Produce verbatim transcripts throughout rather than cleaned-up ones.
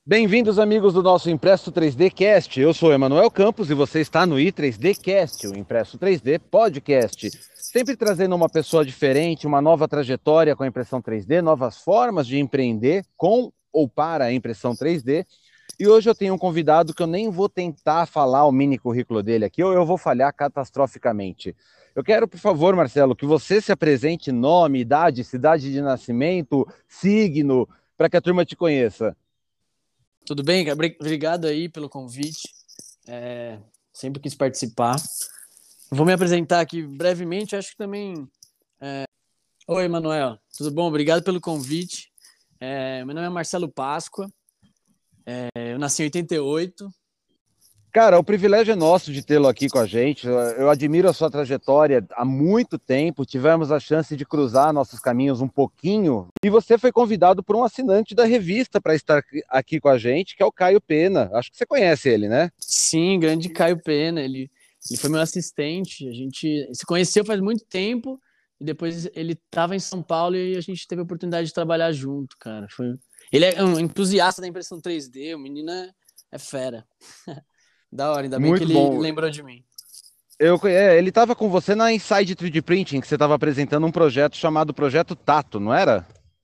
Bem-vindos, amigos do nosso Impresso três D Cast. Eu sou Emanuel Campos e você está no i três D Cast, o Impresso três D Podcast. Sempre trazendo uma pessoa diferente, uma nova trajetória com a impressão três D, novas formas de empreender com ou para a impressão três D. E hoje eu tenho um convidado que eu nem vou tentar falar o mini currículo dele aqui, ou eu vou falhar catastroficamente. Eu quero, por favor, Marcelo, que você se apresente, nome, idade, cidade de nascimento, signo, para que a turma te conheça. Tudo bem, cara? Obrigado aí pelo convite. É, sempre quis participar. Vou me apresentar aqui brevemente, acho que também... É... Oi, Manuel. Tudo bom? Obrigado pelo convite. É, meu nome é Marcelo Páscoa. É, eu nasci em oitenta e oito. Cara, o privilégio é nosso de tê-lo aqui com a gente. Eu admiro a sua trajetória há muito tempo. Tivemos a chance de cruzar nossos caminhos um pouquinho. E você foi convidado por um assinante da revista para estar aqui com a gente, que é o Caio Pena. Acho que você conhece ele, né? Sim, grande Caio Pena. Ele, ele foi meu assistente. A gente se conheceu faz muito tempo. E depois ele estava em São Paulo e a gente teve a oportunidade de trabalhar junto, cara. Foi... Ele é um entusiasta da impressão três D. O menino é, é fera. Da hora, ainda bem que Muito ele bom. lembrou de mim. Eu, é, ele estava com você na Inside três D Printing, que você estava apresentando um projeto chamado Projeto Tato, não era?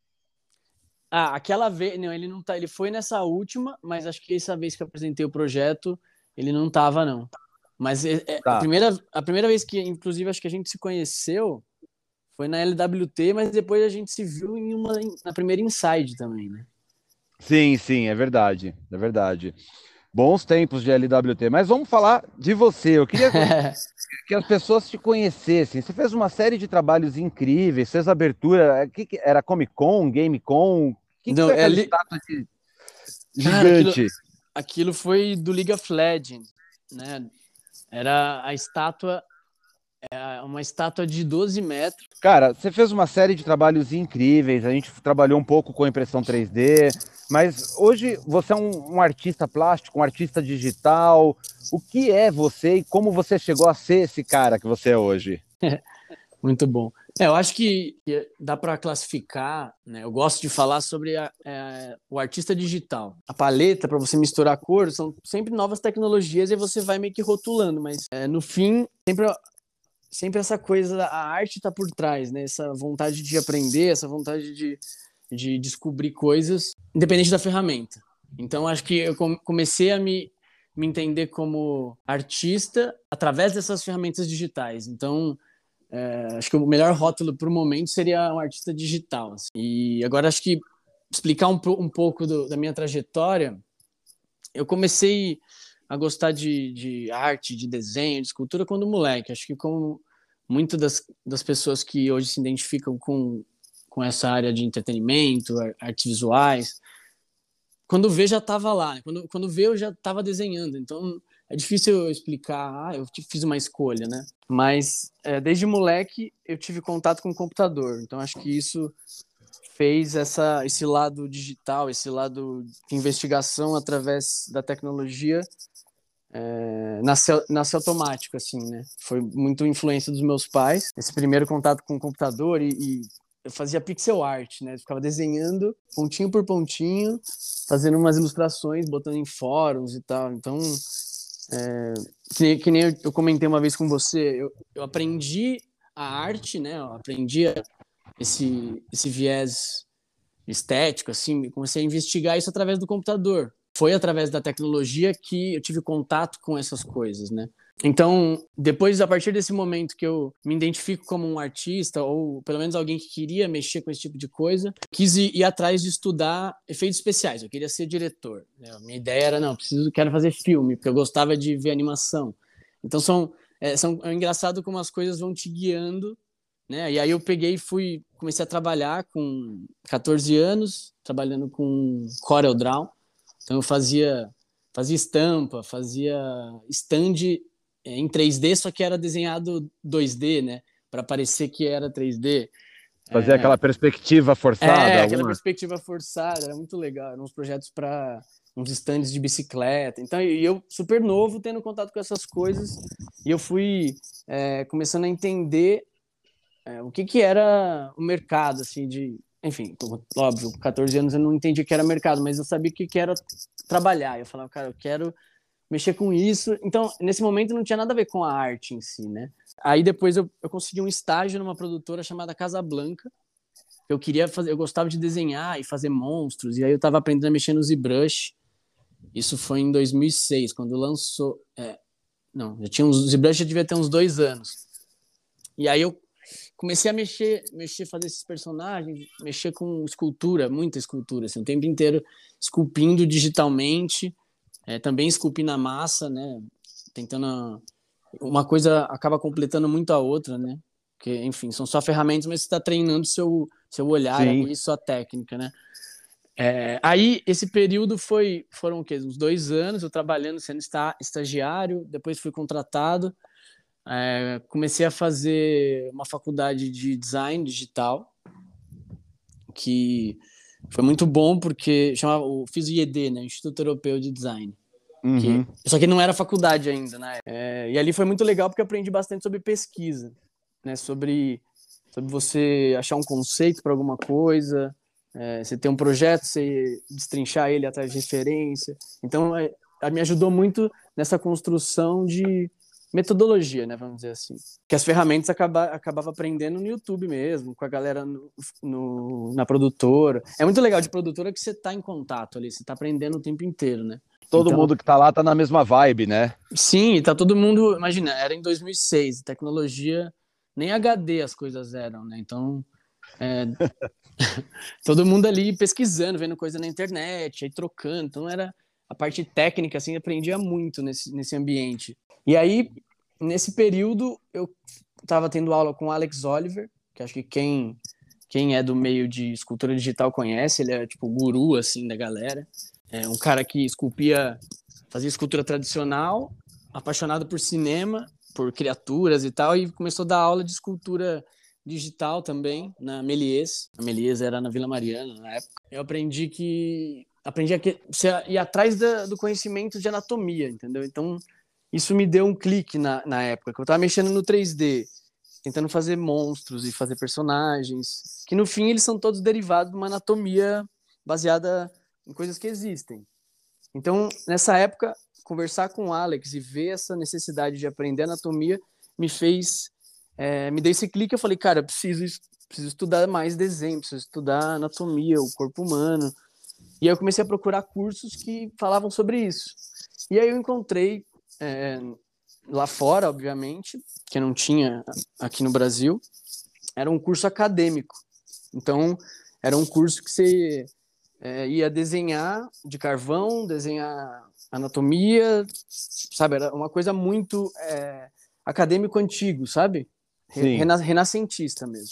Ah, aquela vez, não, ele não tá, ele foi nessa última, mas acho que essa vez que eu apresentei o projeto, ele não tava, não. Mas é, é, a Tá. primeira, a primeira vez que, inclusive, acho que a gente se conheceu foi na L W T, mas depois a gente se viu em uma, na primeira Inside também, né? Sim, sim, é verdade, é verdade. Bons tempos de L W T, mas vamos falar de você. Eu queria que as pessoas te conhecessem. Você fez uma série de trabalhos incríveis, fez abertura, que que era Comic Con, Game Con, o que, que Não, foi é aquela ali, estátua de cara, aquilo, gigante? aquilo foi do League of Legends, né? Era a estátua, uma estátua de doze metros. Cara, você fez uma série de trabalhos incríveis, a gente trabalhou um pouco com impressão três D, mas hoje você é um, um artista plástico, um artista digital. O que é você e como você chegou a ser esse cara que você é hoje? Muito bom. É, eu acho que dá para classificar, né? Eu gosto de falar sobre a, é, o artista digital. A paleta, para você misturar cores, são sempre novas tecnologias e você vai meio que rotulando, mas é, no fim, sempre, sempre essa coisa, a arte está por trás, né? Essa vontade de aprender, essa vontade de, de descobrir coisas, independente da ferramenta. Então, acho que eu comecei a me, me entender como artista através dessas ferramentas digitais. Então, É, acho que o melhor rótulo para o momento seria um artista digital. Assim. E agora acho que explicar um, um pouco do, da minha trajetória, eu comecei a gostar de, de arte, de desenho, de escultura quando moleque. Acho que como muitas das, das pessoas que hoje se identificam com, com essa área de entretenimento, artes visuais, quando vê já estava lá, né? quando, quando vê eu já estava desenhando, então é difícil eu explicar, ah, eu fiz uma escolha, né? Mas é, desde moleque eu tive contato com o computador, então acho que isso fez essa, esse lado digital, esse lado de investigação através da tecnologia é, nasceu, nasceu automático, assim, né? Foi muito influência dos meus pais, esse primeiro contato com o computador e, e eu fazia pixel art, né? Eu ficava desenhando pontinho por pontinho, fazendo umas ilustrações, botando em fóruns e tal. Então, é, que, nem, que nem eu, eu comentei uma vez com você, eu, eu aprendi a arte, né? Eu aprendi esse, esse viés estético, assim, comecei a investigar isso através do computador. Foi através da tecnologia que eu tive contato com essas coisas, né? Então, depois, a partir desse momento que eu me identifico como um artista, ou pelo menos alguém que queria mexer com esse tipo de coisa, quis ir, ir atrás de estudar efeitos especiais. Eu queria ser diretor. Né? A minha ideia era, não, preciso, quero fazer filme, porque eu gostava de ver animação. Então, são, é, são, é engraçado como as coisas vão te guiando, né? E aí eu peguei e fui, comecei a trabalhar com catorze anos, trabalhando com Corel Draw. Então eu fazia, fazia estampa, fazia stand em três D, só que era desenhado dois D, né? Para parecer que era três D. Fazer É, aquela perspectiva é, forçada, aquela alguma... perspectiva forçada, era muito legal. Eram uns projetos para uns stands de bicicleta. Então, e eu, super novo, tendo contato com essas coisas, e eu fui é, começando a entender é, o que, que era o mercado, assim, de enfim, óbvio, com quatorze anos eu não entendi que era mercado, mas eu sabia que, que era trabalhar. Eu falava, cara, eu quero mexer com isso. Então, nesse momento não tinha nada a ver com a arte em si, né? Aí depois eu, eu consegui um estágio numa produtora chamada Casablanca. Eu queria fazer, eu gostava de desenhar e fazer monstros, e aí eu tava aprendendo a mexer no ZBrush. Isso foi em dois mil e seis, quando lançou. É, não, já tinha uns, o ZBrush já devia ter uns dois anos. E aí eu comecei a mexer, mexer, fazer esses personagens, mexer com escultura, muita escultura, assim, o tempo inteiro esculpindo digitalmente, é, também esculpir na massa, né? Tentando. Uma coisa acaba completando muito a outra, né? Porque, enfim, são só ferramentas, mas você está treinando seu, seu olhar Sim. ali, sua técnica, né? É, aí, esse período foi, foram o quê? Uns dois anos, eu trabalhando, sendo esta, estagiário, depois fui contratado, é, comecei a fazer uma faculdade de design digital, que foi muito bom, porque chamava, eu fiz o I E D, né? Instituto Europeu de Design. Uhum. Que, só que não era faculdade ainda, né? É, e ali foi muito legal, porque eu aprendi bastante sobre pesquisa, né? Sobre, sobre você achar um conceito para alguma coisa, é, você ter um projeto, você destrinchar ele atrás de referência. Então, é, me ajudou muito nessa construção de metodologia, né? Vamos dizer assim. Que as ferramentas acaba, acabava aprendendo no YouTube mesmo, com a galera no, no, na produtora. É muito legal de produtora que você está em contato ali, você está aprendendo o tempo inteiro, né? Todo Então, mundo que tá lá tá na mesma vibe, né? sim, tá todo mundo. Imagina, era em dois mil e seis, tecnologia, nem H D as coisas eram, né? Então, é, todo mundo ali pesquisando, vendo coisa na internet, aí trocando. Então, era a parte técnica, assim, aprendia muito nesse, nesse ambiente. E aí, nesse período, eu tava tendo aula com o Alex Oliver, que acho que quem, quem é do meio de escultura digital conhece, ele é tipo o guru, assim, da galera. É um cara que esculpia, fazia escultura tradicional, apaixonado por cinema, por criaturas e tal, e começou a dar aula de escultura digital também na Méliès. A Méliès era na Vila Mariana na época. Eu aprendi que aprendi a que, você ir atrás da, do conhecimento de anatomia, entendeu? Então isso me deu um clique na, na época, que eu estava mexendo no três D, tentando fazer monstros e fazer personagens, que no fim eles são todos derivados de uma anatomia baseada em coisas que existem. Então, nessa época, conversar com o Alex e ver essa necessidade de aprender anatomia me fez, é, me deu esse clique. Eu falei, cara, eu preciso, preciso estudar mais desenho, preciso estudar anatomia, o corpo humano. E aí eu comecei a procurar cursos que falavam sobre isso. E aí eu encontrei, é, lá fora, obviamente, que não tinha aqui no Brasil, era um curso acadêmico. Então, era um curso que você é, ia desenhar de carvão, desenhar anatomia, sabe? Era uma coisa muito é, acadêmico antigo, sabe? Rena renascentista mesmo.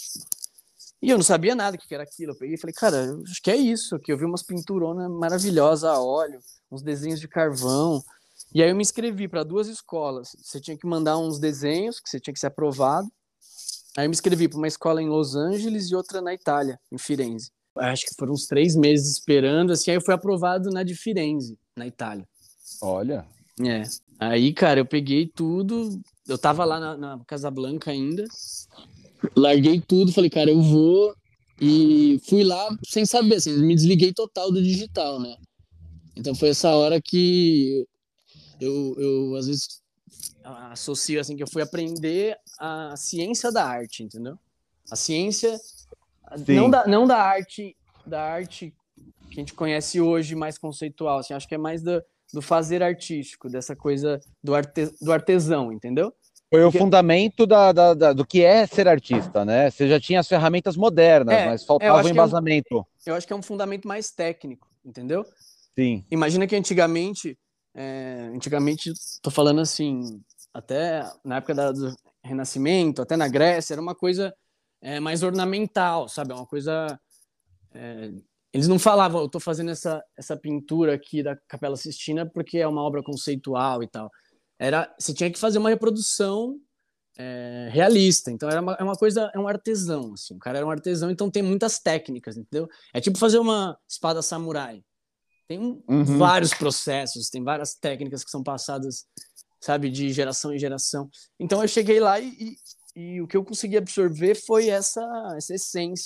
E eu não sabia nada o que era aquilo. Eu peguei e falei, cara, acho que é isso aqui. Eu vi umas pinturonas maravilhosas a óleo, uns desenhos de carvão. E aí eu me inscrevi para duas escolas. Você tinha que mandar uns desenhos, que você tinha que ser aprovado. Aí eu me inscrevi para uma escola em Los Angeles e outra na Itália, em Firenze. Acho que foram uns três meses esperando, assim, aí eu fui aprovado na de Firenze, na Itália. Olha. É. Aí, cara, eu peguei tudo, eu tava lá na, na Casablanca ainda, larguei tudo, falei, cara, eu vou, e fui lá sem saber, assim, me desliguei total do digital, né? Então foi essa hora que eu, eu às vezes, associo, assim, que eu fui aprender a ciência da arte, entendeu? A ciência... Não da, não da arte da arte que a gente conhece hoje, mais conceitual, assim, acho que é mais do, do fazer artístico, dessa coisa do, arte, do artesão, entendeu? Foi Porque, o fundamento da, da, da, do que é ser artista, né? Você já tinha as ferramentas modernas, é, mas eu faltava o acho que é um, embasamento. eu acho que é um fundamento mais técnico, entendeu? Sim. Imagina que antigamente, é, antigamente, tô falando assim, até na época da, do Renascimento, até na Grécia, era uma coisa é, mais ornamental, sabe? Uma coisa... É, eles não falavam, eu estou fazendo essa, essa pintura aqui da Capela Sistina porque é uma obra conceitual e tal. Era, você tinha que fazer uma reprodução é, realista. Então era uma, é uma coisa, é um artesão, assim. O cara era um artesão, então tem muitas técnicas, entendeu? É tipo fazer uma espada samurai. Tem Uhum. vários processos, tem várias técnicas que são passadas, sabe, de geração em geração. Então eu cheguei lá e, e, e o que eu consegui absorver foi essa, essa essência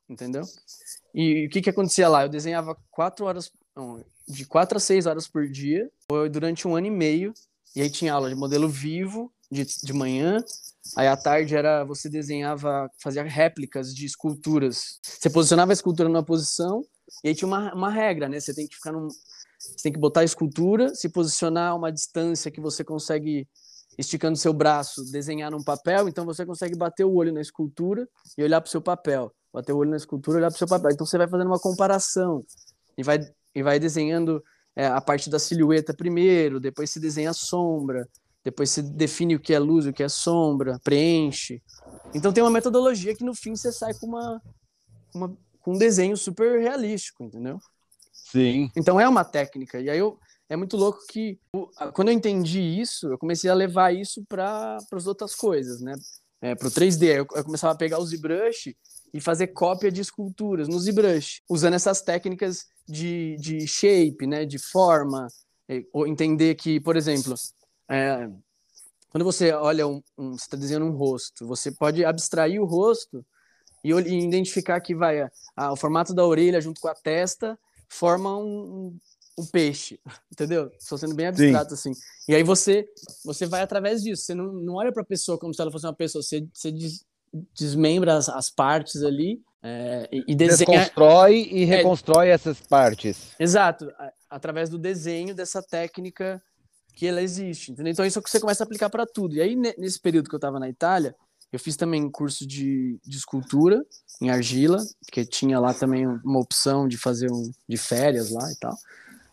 entendeu? E o que que acontecia lá? Eu desenhava quatro horas, não, de quatro a seis horas por dia, durante um ano e meio, e aí tinha aula de modelo vivo de, de manhã, aí à tarde era, você desenhava, fazia réplicas de esculturas. Você posicionava a escultura numa posição, e aí tinha uma, uma regra, né? Você tem que ficar num, você tem que botar a escultura, se posicionar a uma distância que você consegue, esticando seu braço, desenhar num papel, então você consegue bater o olho na escultura e olhar para o seu papel. Bater o olho na escultura e olhar para o seu papel. Então você vai fazendo uma comparação e vai, e vai desenhando é, a parte da silhueta primeiro, depois se desenha a sombra, depois se define o que é luz e o que é sombra, preenche. Então tem uma metodologia que no fim você sai com, uma, uma, com um desenho super realístico, entendeu? Sim. Então é uma técnica. E aí eu, é muito louco que quando eu entendi isso, eu comecei a levar isso para as outras coisas, né? É, para o três D. Eu, eu começava a pegar o ZBrush e fazer cópia de esculturas no ZBrush, usando essas técnicas de, de shape, né? De forma. Ou entender que, por exemplo, é, quando você olha um, um, você está desenhando um rosto, você pode abstrair o rosto e, e identificar que vai a, a, o formato da orelha junto com a testa forma um, um, um peixe, entendeu? Estou sendo bem abstrato, Sim. assim. E aí você, você vai através disso. Você não, não olha para a pessoa como se ela fosse uma pessoa. Você, você des, desmembra as, as partes ali é, e, e desenha... Desconstrói e reconstrói é, essas partes. Exato. A, através do desenho dessa técnica que ela existe, entendeu? Então isso você começa a aplicar para tudo. E aí, nesse período que eu estava na Itália, eu fiz também curso de, de escultura em argila, que tinha lá também uma opção de fazer um de férias lá e tal.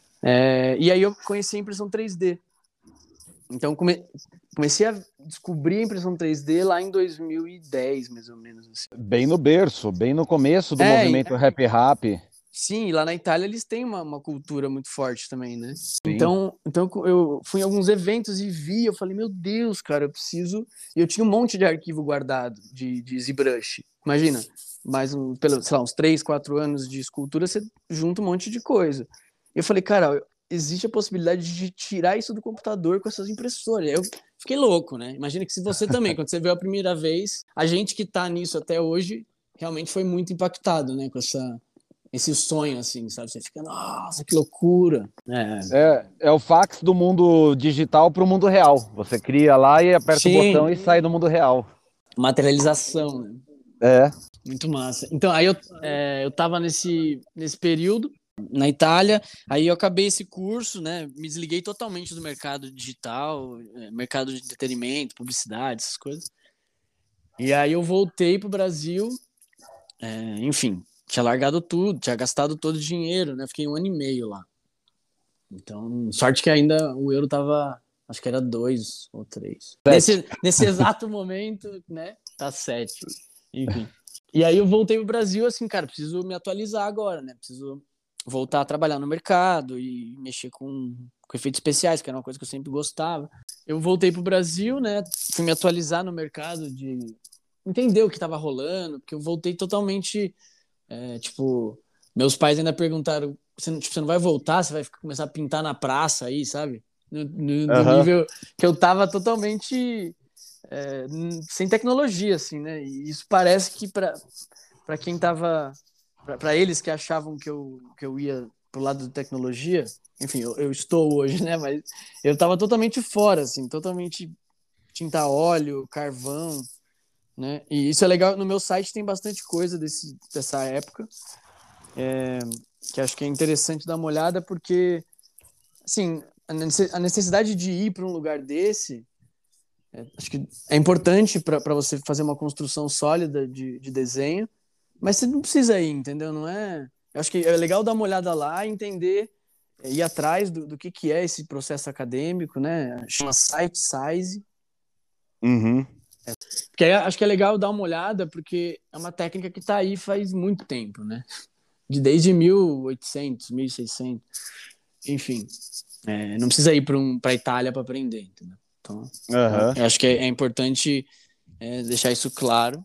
É, e aí eu conheci a impressão três D. Então come, comecei a descobrir a impressão três D lá em dois mil e dez, mais ou menos. Assim. Bem no berço, bem no começo do é, movimento é, Happy Rap. Sim, lá na Itália eles têm uma, uma cultura muito forte também, né? Então, então eu fui em alguns eventos e vi, eu falei, meu Deus, cara, eu preciso... E eu tinha um monte de arquivo guardado de, de ZBrush. Imagina, mais um, pelo, sei lá, uns três, quatro anos de escultura, você junta um monte de coisa. Eu falei, cara, existe a possibilidade de tirar isso do computador com essas impressoras. Eu fiquei louco, né? Imagina que se você também, quando você viu a primeira vez, a gente que tá nisso até hoje, realmente foi muito impactado, né, com essa... esse sonho, assim, sabe? Você fica, nossa, que loucura. É, é, é o fax do mundo digital para o mundo real. Você cria lá e aperta Sim. o botão e sai do mundo real. Materialização, né? É. Muito massa. Então, aí eu, é, eu tava nesse, nesse período na Itália, aí eu acabei esse curso, né? Me desliguei totalmente do mercado digital, mercado de entretenimento, publicidade, essas coisas. E aí eu voltei pro Brasil, é, enfim... Tinha largado tudo, tinha gastado todo o dinheiro, né? Fiquei um ano e meio lá. Então, sorte que ainda o euro tava, acho que era dois ou três. Nesse, nesse exato momento, né? Tá sete. Enfim. E aí eu voltei pro Brasil, assim, cara, preciso me atualizar agora, né? Preciso voltar a trabalhar no mercado e mexer com, com efeitos especiais, que era uma coisa que eu sempre gostava. Eu voltei pro Brasil, né? Fui me atualizar no mercado, de entender o que tava rolando, porque eu voltei totalmente... É, tipo, meus pais ainda perguntaram, você não, tipo, você não vai voltar, você vai começar a pintar na praça aí, sabe? No, no, do uhum. nível que eu tava totalmente é, sem tecnologia, assim, né? E isso parece que para para quem tava, para eles que achavam que eu, que eu ia pro lado da tecnologia, enfim, eu, eu estou hoje, né? Mas eu tava totalmente fora, assim, totalmente tinta a óleo, carvão, né? E isso é legal, no meu site tem bastante coisa desse, dessa época, é, que acho que é interessante dar uma olhada, porque assim, a necessidade de ir para um lugar desse, é, acho que é importante para você fazer uma construção sólida de, de desenho, mas você não precisa ir, entendeu? Não é... Eu acho que é legal dar uma olhada lá e entender, é, ir atrás do, do que, que é esse processo acadêmico, né? Chama Site Size. Uhum. É, porque aí acho que é legal dar uma olhada, porque é uma técnica que está aí faz muito tempo, né? De desde mil e oitocentos, mil e seiscentos, enfim. É, não precisa ir para um, a Itália para aprender, entendeu? Então, uhum. eu acho que é, é importante é, deixar isso claro,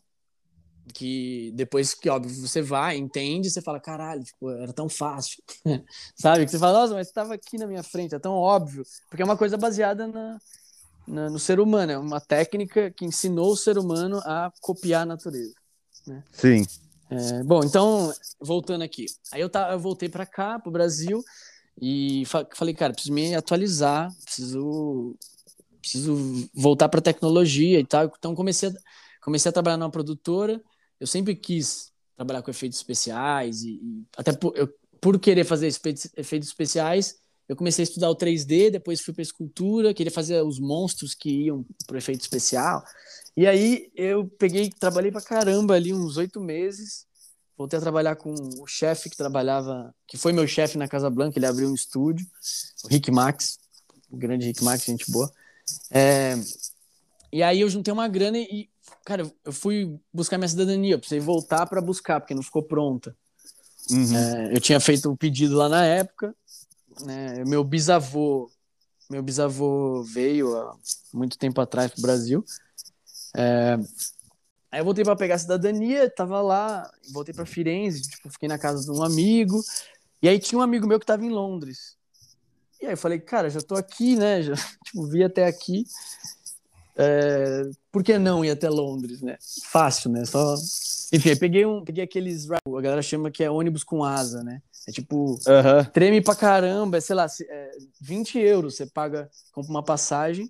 que depois que, óbvio, você vai, entende, você fala, caralho, tipo, era tão fácil, sabe? Que você fala, nossa, mas estava aqui na minha frente, é tão óbvio, porque é uma coisa baseada na... no ser humano, é uma técnica que ensinou o ser humano a copiar a natureza, né? Sim. É, bom, então, voltando aqui. Aí eu, tá, eu voltei para cá, pro Brasil, e fa falei, cara, preciso me atualizar, preciso, preciso voltar para tecnologia e tal. Então comecei a, comecei a trabalhar numa produtora. Eu sempre quis trabalhar com efeitos especiais e, e até por, eu, por querer fazer efeitos especiais, eu comecei a estudar o três D, depois fui para escultura, queria fazer os monstros que iam pro efeito especial. E aí eu peguei, trabalhei pra caramba ali uns oito meses. Voltei a trabalhar com o chefe que trabalhava, que foi meu chefe na Casa Blanca, ele abriu um estúdio, o Rick Max, o grande Rick Max, gente boa. É, e aí eu juntei uma grana e, cara, eu fui buscar minha cidadania, eu precisei voltar para buscar, porque não ficou pronta. Uhum. É, eu tinha feito o pedido lá na época, né? Meu bisavô, meu bisavô veio há muito tempo atrás pro Brasil. É, aí eu voltei para pegar a cidadania, tava lá, voltei para Firenze, tipo, fiquei na casa de um amigo, e aí tinha um amigo meu que tava em Londres. E aí eu falei, cara, já tô aqui, né? Já, tipo, vi até aqui. É, por que não ir até Londres, né? Fácil, né? Só... Enfim, eu peguei, um, peguei aqueles... A galera chama que é ônibus com asa, né? É tipo... Uhum. Treme pra caramba, é, sei lá, é, vinte euros você paga, compra uma passagem.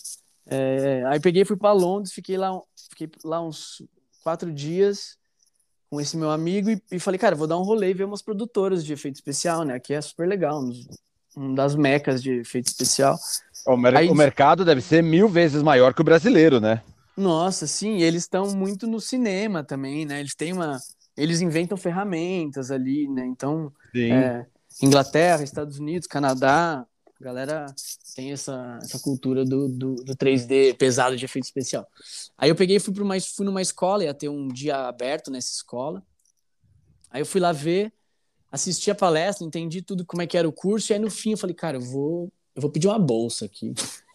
É, aí peguei e fui pra Londres, fiquei lá, fiquei lá uns quatro dias com esse meu amigo e, e falei, cara, vou dar um rolê e ver umas produtoras de efeito especial, né? Aqui é super legal, um, um das mecas de efeito especial. O, mer Aí, o mercado deve ser mil vezes maior que o brasileiro, né? nossa, sim, eles estão muito no cinema também, né? Eles têm uma, eles inventam ferramentas ali, né? Então, Sim. é, Inglaterra, Estados Unidos, Canadá, a galera tem essa, essa cultura do, do, do três D pesado de efeito especial. Aí eu peguei e fui, para uma, fui numa escola, ia ter um dia aberto nessa escola. Aí eu fui lá ver, assisti a palestra, entendi tudo como é que era o curso, e aí no fim eu falei, cara, eu vou, eu vou pedir uma bolsa aqui.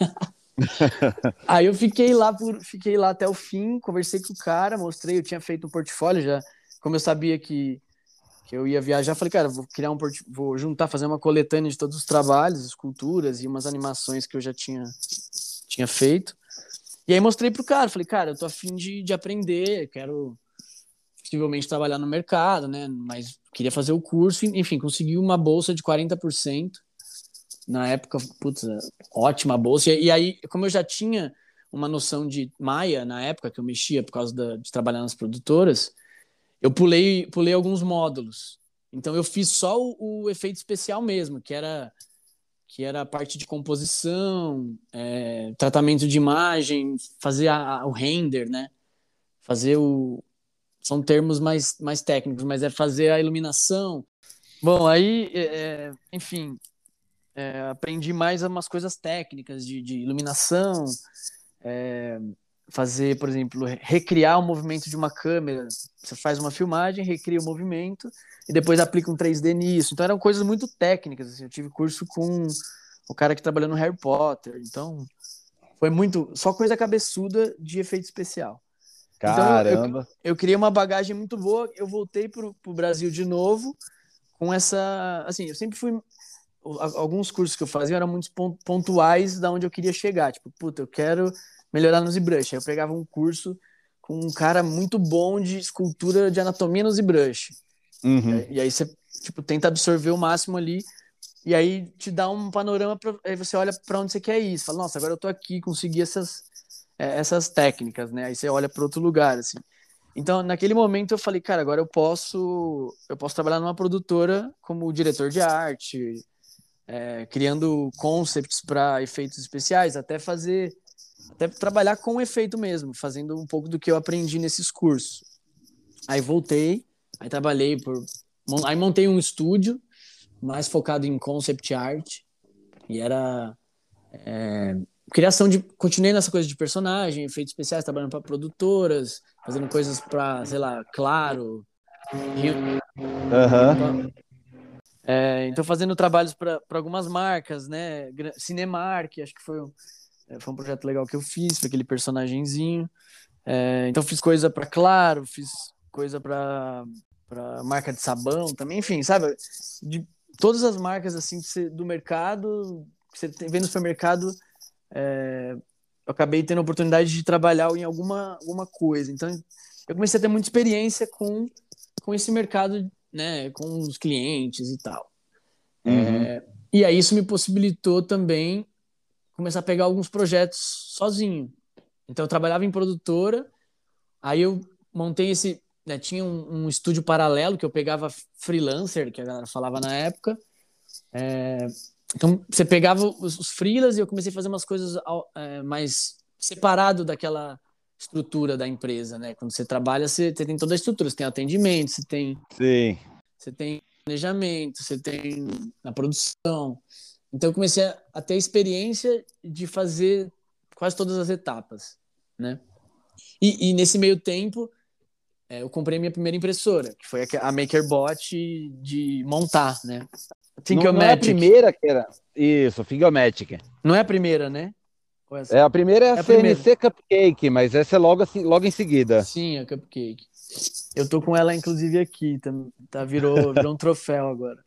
Aí eu fiquei lá, por, fiquei lá até o fim, conversei com o cara, mostrei, eu tinha feito um portfólio já, como eu sabia que, que eu ia viajar, falei, cara, vou criar um vou juntar, fazer uma coletânea de todos os trabalhos, esculturas e umas animações que eu já tinha, tinha feito. E aí mostrei pro cara, falei, cara, eu tô afim de, de aprender, quero possivelmente trabalhar no mercado, né? Mas queria fazer o curso, enfim, consegui uma bolsa de quarenta por cento. Na época, putz, ótima bolsa. E, e aí, como eu já tinha uma noção de Maya na época que eu mexia por causa da, de trabalhar nas produtoras, eu pulei, pulei alguns módulos. Então eu fiz só o, o efeito especial mesmo, que era que era a parte de composição, é, tratamento de imagem, fazer a, a, o render, né? Fazer o, são termos mais, mais técnicos, mas é fazer a iluminação. Bom, aí, é, enfim, é, aprendi mais umas coisas técnicas de, de iluminação, é, fazer, por exemplo, recriar o movimento de uma câmera. Você faz uma filmagem, recria o movimento e depois aplica um três D nisso. Então eram coisas muito técnicas. Assim. Eu tive curso com o cara que trabalhou no Harry Potter. Então foi muito, só coisa cabeçuda de efeito especial. Então eu, eu, Caramba. eu criei uma bagagem muito boa. Eu voltei para o Brasil de novo com essa, assim, eu sempre fui alguns cursos que eu fazia eram muito pontuais da onde eu queria chegar. Tipo, puta, eu quero melhorar no ZBrush. Aí eu pegava um curso com um cara muito bom de escultura de anatomia no ZBrush. Uhum. E, e aí você, tipo, tenta absorver o máximo ali e aí te dá um panorama, pra, aí você olha para onde você quer ir. Você fala, nossa, agora eu tô aqui, consegui essas, é, essas técnicas, né? Aí você olha para outro lugar, assim. Então, naquele momento eu falei, cara, agora eu posso, eu posso trabalhar numa produtora como diretor de arte, é, criando concepts para efeitos especiais, até fazer, até trabalhar com efeito mesmo, fazendo um pouco do que eu aprendi nesses cursos. Aí voltei, aí trabalhei por, aí montei um estúdio mais focado em concept art e era é, criação de, continuei nessa coisa de personagem, efeitos especiais, trabalhando para produtoras, fazendo coisas para, sei lá, Claro. Uhum. É, então, fazendo trabalhos para algumas marcas, né? Cinemark, acho que foi um, foi um projeto legal que eu fiz, para aquele personagenzinho. É, então, fiz coisa para Claro, fiz coisa para marca de sabão também, enfim, sabe? De todas as marcas assim do mercado, que você vê no supermercado, é, eu acabei tendo a oportunidade de trabalhar em alguma, alguma coisa. Então, eu comecei a ter muita experiência com, com esse mercado, né, com os clientes e tal. Uhum. É, e aí isso me possibilitou também começar a pegar alguns projetos sozinho. Então eu trabalhava em produtora, aí eu montei esse, né, tinha um, um estúdio paralelo que eu pegava freelancer, que a galera falava na época. É, então você pegava os, os freelas e eu comecei a fazer umas coisas é, mais separado daquela estrutura da empresa, né? Quando você trabalha, você, você tem toda a estrutura, você tem atendimento, você tem, Sim. você tem planejamento, você tem a produção. Então eu comecei a, a ter a experiência de fazer quase todas as etapas, né? E, e nesse meio tempo, é, eu comprei minha primeira impressora, que foi a, a MakerBot de montar, né? Não, não é a Thinkomatic. primeira que era. Isso, Figomatic. Não é a primeira, né? Ou É, essa? a primeira é a É a primeira. C N C Cupcake, mas essa é logo, assim, logo em seguida. Sim, a Cupcake. Eu tô com ela, inclusive, aqui. Tá, tá, virou, virou um troféu agora.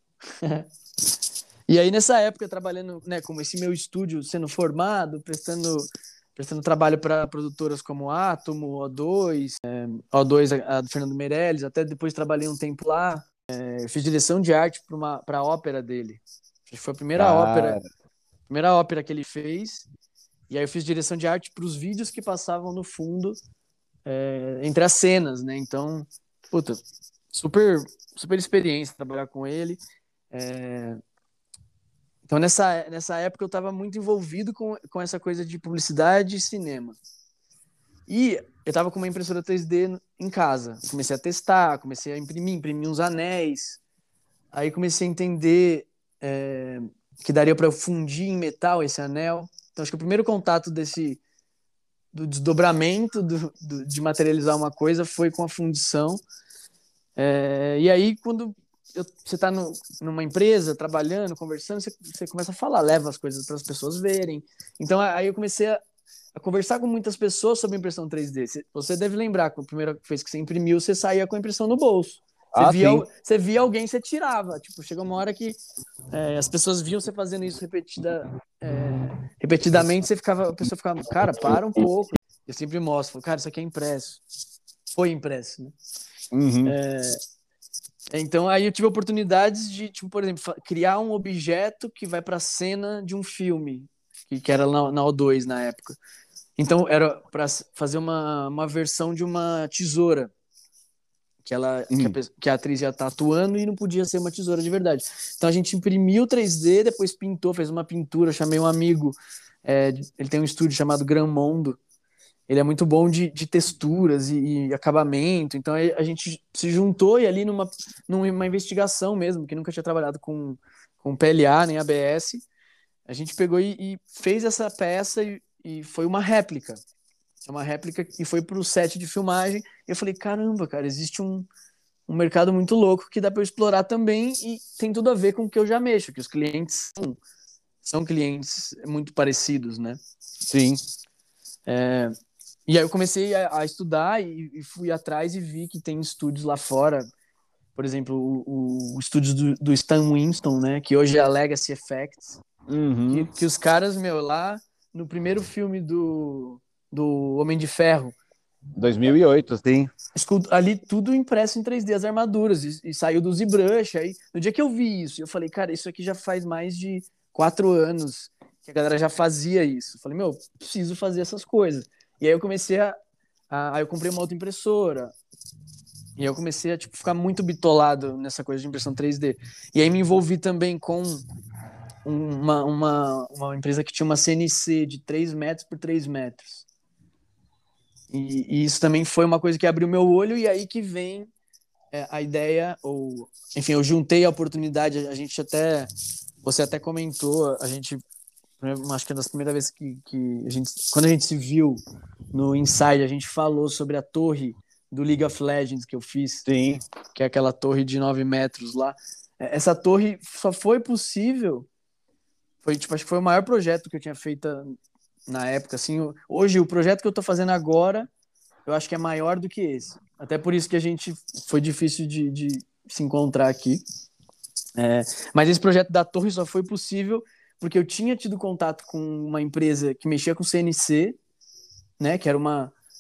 E aí, nessa época, trabalhando, né, com esse meu estúdio sendo formado, prestando, prestando trabalho para produtoras como Atomo, O dois, é, O dois, a, a do Fernando Meirelles, até depois trabalhei um tempo lá. É, fiz direção de arte para a ópera dele. Foi a primeira ópera, Cara, primeira ópera que ele fez. E aí eu fiz direção de arte para os vídeos que passavam no fundo, é, entre as cenas, né? Então, puta, super, super experiência trabalhar com ele. É... Então, nessa, nessa época, eu estava muito envolvido com, com essa coisa de publicidade e cinema. E eu estava com uma impressora três D em casa. Comecei a testar, comecei a imprimir, imprimir uns anéis. Aí comecei a entender é, que daria para eu fundir em metal esse anel. Então, acho que o primeiro contato desse do desdobramento do, do, de materializar uma coisa foi com a fundição. É, e aí, quando eu, você está numa empresa, trabalhando, conversando, você, você começa a falar, leva as coisas para as pessoas verem. Então, aí eu comecei a, a conversar com muitas pessoas sobre impressão três D. Você, você deve lembrar que a primeira vez que você imprimiu, você saía com a impressão no bolso. Você ah, via, sim. você via alguém, você tirava. Tipo, chegou uma hora que é, as pessoas viam você fazendo isso repetida, é, repetidamente, você ficava, a pessoa ficava, cara, para um pouco. Eu sempre mostro, falo, cara, isso aqui é impresso. Foi impresso, né? Uhum. É, então, aí eu tive oportunidades de, tipo, por exemplo, criar um objeto que vai para a cena de um filme, que, que era na, na O dois na época. Então, era para fazer uma, uma versão de uma tesoura, que, ela, que, a, Uhum. que a atriz ia estar atuando e não podia ser uma tesoura de verdade. Então, a gente imprimiu três D, depois pintou, fez uma pintura, chamei um amigo, é, ele tem um estúdio chamado Granmondo. Ele é muito bom de, de texturas e, e acabamento. Então a gente se juntou e ali numa, numa investigação mesmo, que nunca tinha trabalhado com, com P L A nem A B S, a gente pegou e, e fez essa peça e, e foi uma réplica. É uma réplica que foi para o set de filmagem. E eu falei, caramba, cara, existe um, um mercado muito louco que dá para eu explorar também e tem tudo a ver com o que eu já mexo, que os clientes são, são clientes muito parecidos, né? Sim. É, e aí eu comecei a, a estudar e, e fui atrás e vi que tem estúdios lá fora, por exemplo, o, o, o estúdio do, do Stan Winston, né, que hoje é a Legacy Effects, que, Uhum. que os caras, meu, lá no primeiro filme do, do Homem de Ferro, dois mil e oito, sim. ali tudo impresso em três D, as armaduras, e, e saiu do ZBrush. Aí, no dia que eu vi isso, eu falei, cara, isso aqui já faz mais de quatro anos que a galera já fazia isso. Eu falei, meu, preciso fazer essas coisas. E aí eu comecei a, a, aí eu comprei uma outra impressora. E aí eu comecei a tipo, ficar muito bitolado nessa coisa de impressão três D. E aí me envolvi também com uma, uma, uma empresa que tinha uma C N C de três metros por três metros. E, e isso também foi uma coisa que abriu meu olho, e aí que vem é, a ideia, ou enfim, eu juntei a oportunidade, a gente até, você até comentou, a gente, acho que é das primeiras vezes que, que a gente, quando a gente se viu no Inside, a gente falou sobre a torre do League of Legends que eu fiz, Sim. que é aquela torre de nove metros lá. Essa torre só foi possível, foi, tipo, acho que foi o maior projeto que eu tinha feito na época, assim, hoje o projeto que eu tô fazendo agora, eu acho que é maior do que esse. Até por isso que a gente foi difícil de, de se encontrar aqui. É, mas esse projeto da torre só foi possível porque eu tinha tido contato com uma empresa que mexia com C N C, né? Que era uma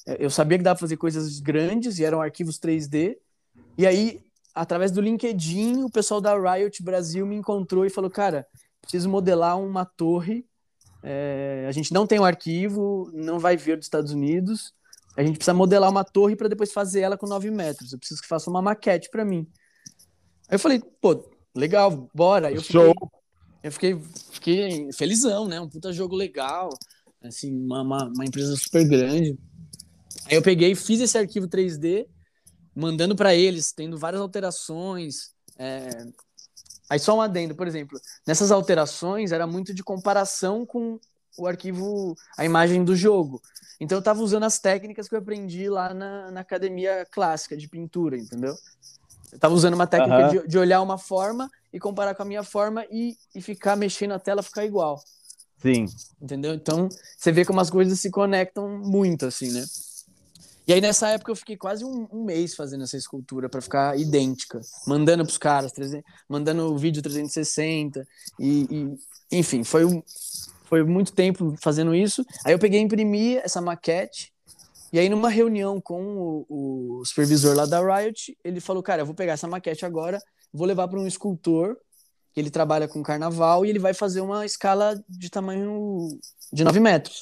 eu sabia que dava pra fazer coisas grandes e eram arquivos três D. E aí, através do LinkedIn, o pessoal da Riot Brasil me encontrou e falou, cara, preciso modelar uma torre. É, a gente não tem um arquivo, não vai vir dos Estados Unidos. A gente precisa modelar uma torre para depois fazer ela com nove metros. Eu preciso que faça uma maquete para mim. Aí eu falei, pô, legal, bora. Aí eu Show. fiquei, eu fiquei, fiquei felizão, né? Um puta jogo legal, assim, uma, uma, uma empresa super grande. Aí eu peguei, fiz esse arquivo três D, mandando para eles, tendo várias alterações. É... Aí só um adendo, por exemplo, nessas alterações era muito de comparação com o arquivo, a imagem do jogo. Então eu estava usando as técnicas que eu aprendi lá na, na academia clássica de pintura, entendeu? Eu estava usando uma técnica Aham. de, de olhar uma forma e comparar com a minha forma e, e ficar mexendo a tela ficar igual, Sim. entendeu? Então você vê como as coisas se conectam muito, assim, né? E aí, nessa época, eu fiquei quase um, um mês fazendo essa escultura para ficar idêntica, mandando para os caras, mandando o vídeo trezentos e sessenta, e, e enfim, foi, um, foi muito tempo fazendo isso. Aí eu peguei e imprimi essa maquete, e aí numa reunião com o, o supervisor lá da Riot, ele falou, cara, eu vou pegar essa maquete agora, vou levar para um escultor, que ele trabalha com carnaval, e ele vai fazer uma escala de tamanho de nove metros.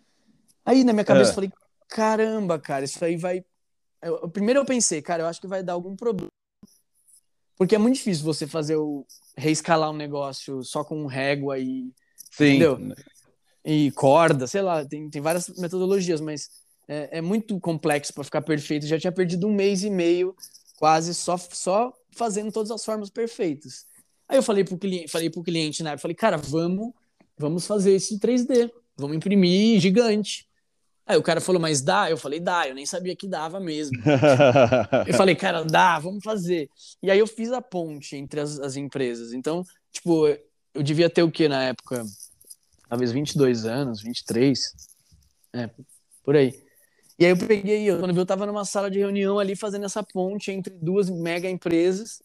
Aí, na minha cabeça, eu Ah, falei, caramba, cara, isso aí vai... Eu, primeiro eu pensei, cara, eu acho que vai dar algum problema. Porque é muito difícil você fazer o... reescalar um negócio só com régua e... sim. Entendeu? E corda, sei lá, tem, tem várias metodologias, mas é, é muito complexo para ficar perfeito. Eu já tinha perdido um mês e meio, quase, só, só fazendo todas as formas perfeitas. Aí eu falei pro cliente, falei pro cliente, né? Eu falei, cara, vamos, vamos fazer esse três D. Vamos imprimir gigante. Aí o cara falou, mas dá? Eu falei, dá, eu nem sabia que dava mesmo. Eu falei, cara, dá, vamos fazer. E aí eu fiz a ponte entre as, as empresas. Então, tipo, eu devia ter o quê na época? Talvez vinte e dois anos, vinte e três, é, por aí. E aí eu peguei, eu, quando eu vi, eu tava numa sala de reunião ali fazendo essa ponte entre duas mega empresas.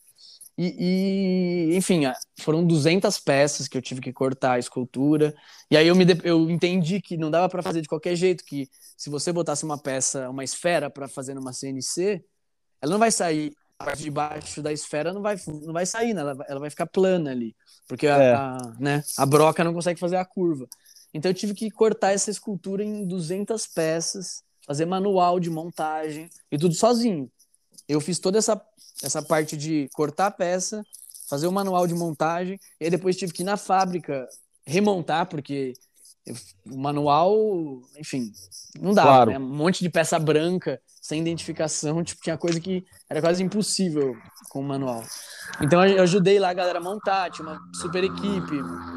E, e, enfim, foram duzentas peças que eu tive que cortar a escultura. E aí eu, me, eu entendi que não dava para fazer de qualquer jeito, que se você botasse uma peça, uma esfera para fazer numa C N C, ela não vai sair, a parte de baixo da esfera não vai, não vai sair, né? ela, vai, ela vai ficar plana ali, porque a, É. a, né, a broca não consegue fazer a curva. Então eu tive que cortar essa escultura em duzentas peças, fazer manual de montagem e tudo sozinho. Eu fiz toda essa, essa parte de cortar a peça, fazer o manual de montagem, e aí depois tive que ir na fábrica remontar, porque eu, o manual, enfim, não dava, né? Claro. Um monte de peça branca, sem identificação, tipo, tinha coisa que era quase impossível com o manual. Então eu ajudei lá a galera a montar, tinha uma super equipe.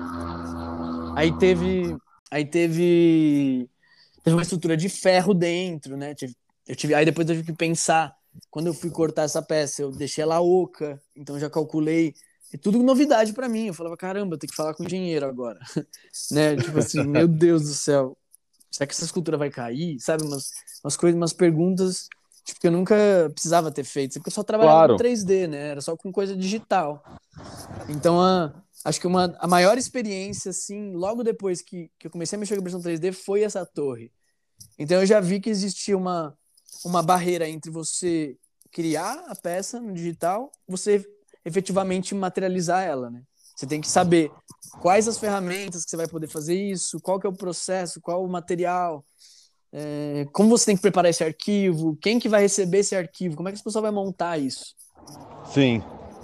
Aí teve, aí teve, teve uma estrutura de ferro dentro, né? Eu tive, aí depois eu tive que pensar, quando eu fui cortar essa peça, eu deixei ela oca, então já calculei, é tudo novidade para mim. Eu falava, caramba, eu tenho que falar com o engenheiro agora, né? Tipo assim, meu Deus do céu, será que essa escultura vai cair? Sabe, umas, umas coisas, umas perguntas tipo, que eu nunca precisava ter feito, porque eu só trabalhava com Claro. três D, né? Era só com coisa digital. Então, a, acho que uma, a maior experiência, assim, logo depois que, que eu comecei a mexer com a impressão três D, foi essa torre. Então, eu já vi que existia uma, uma barreira entre você criar a peça no digital, você efetivamente materializar ela, né? Você tem que saber quais as ferramentas que você vai poder fazer isso, qual que é o processo, qual o material, é, como você tem que preparar esse arquivo, quem que vai receber esse arquivo, como é que a pessoa vai montar isso. Sim.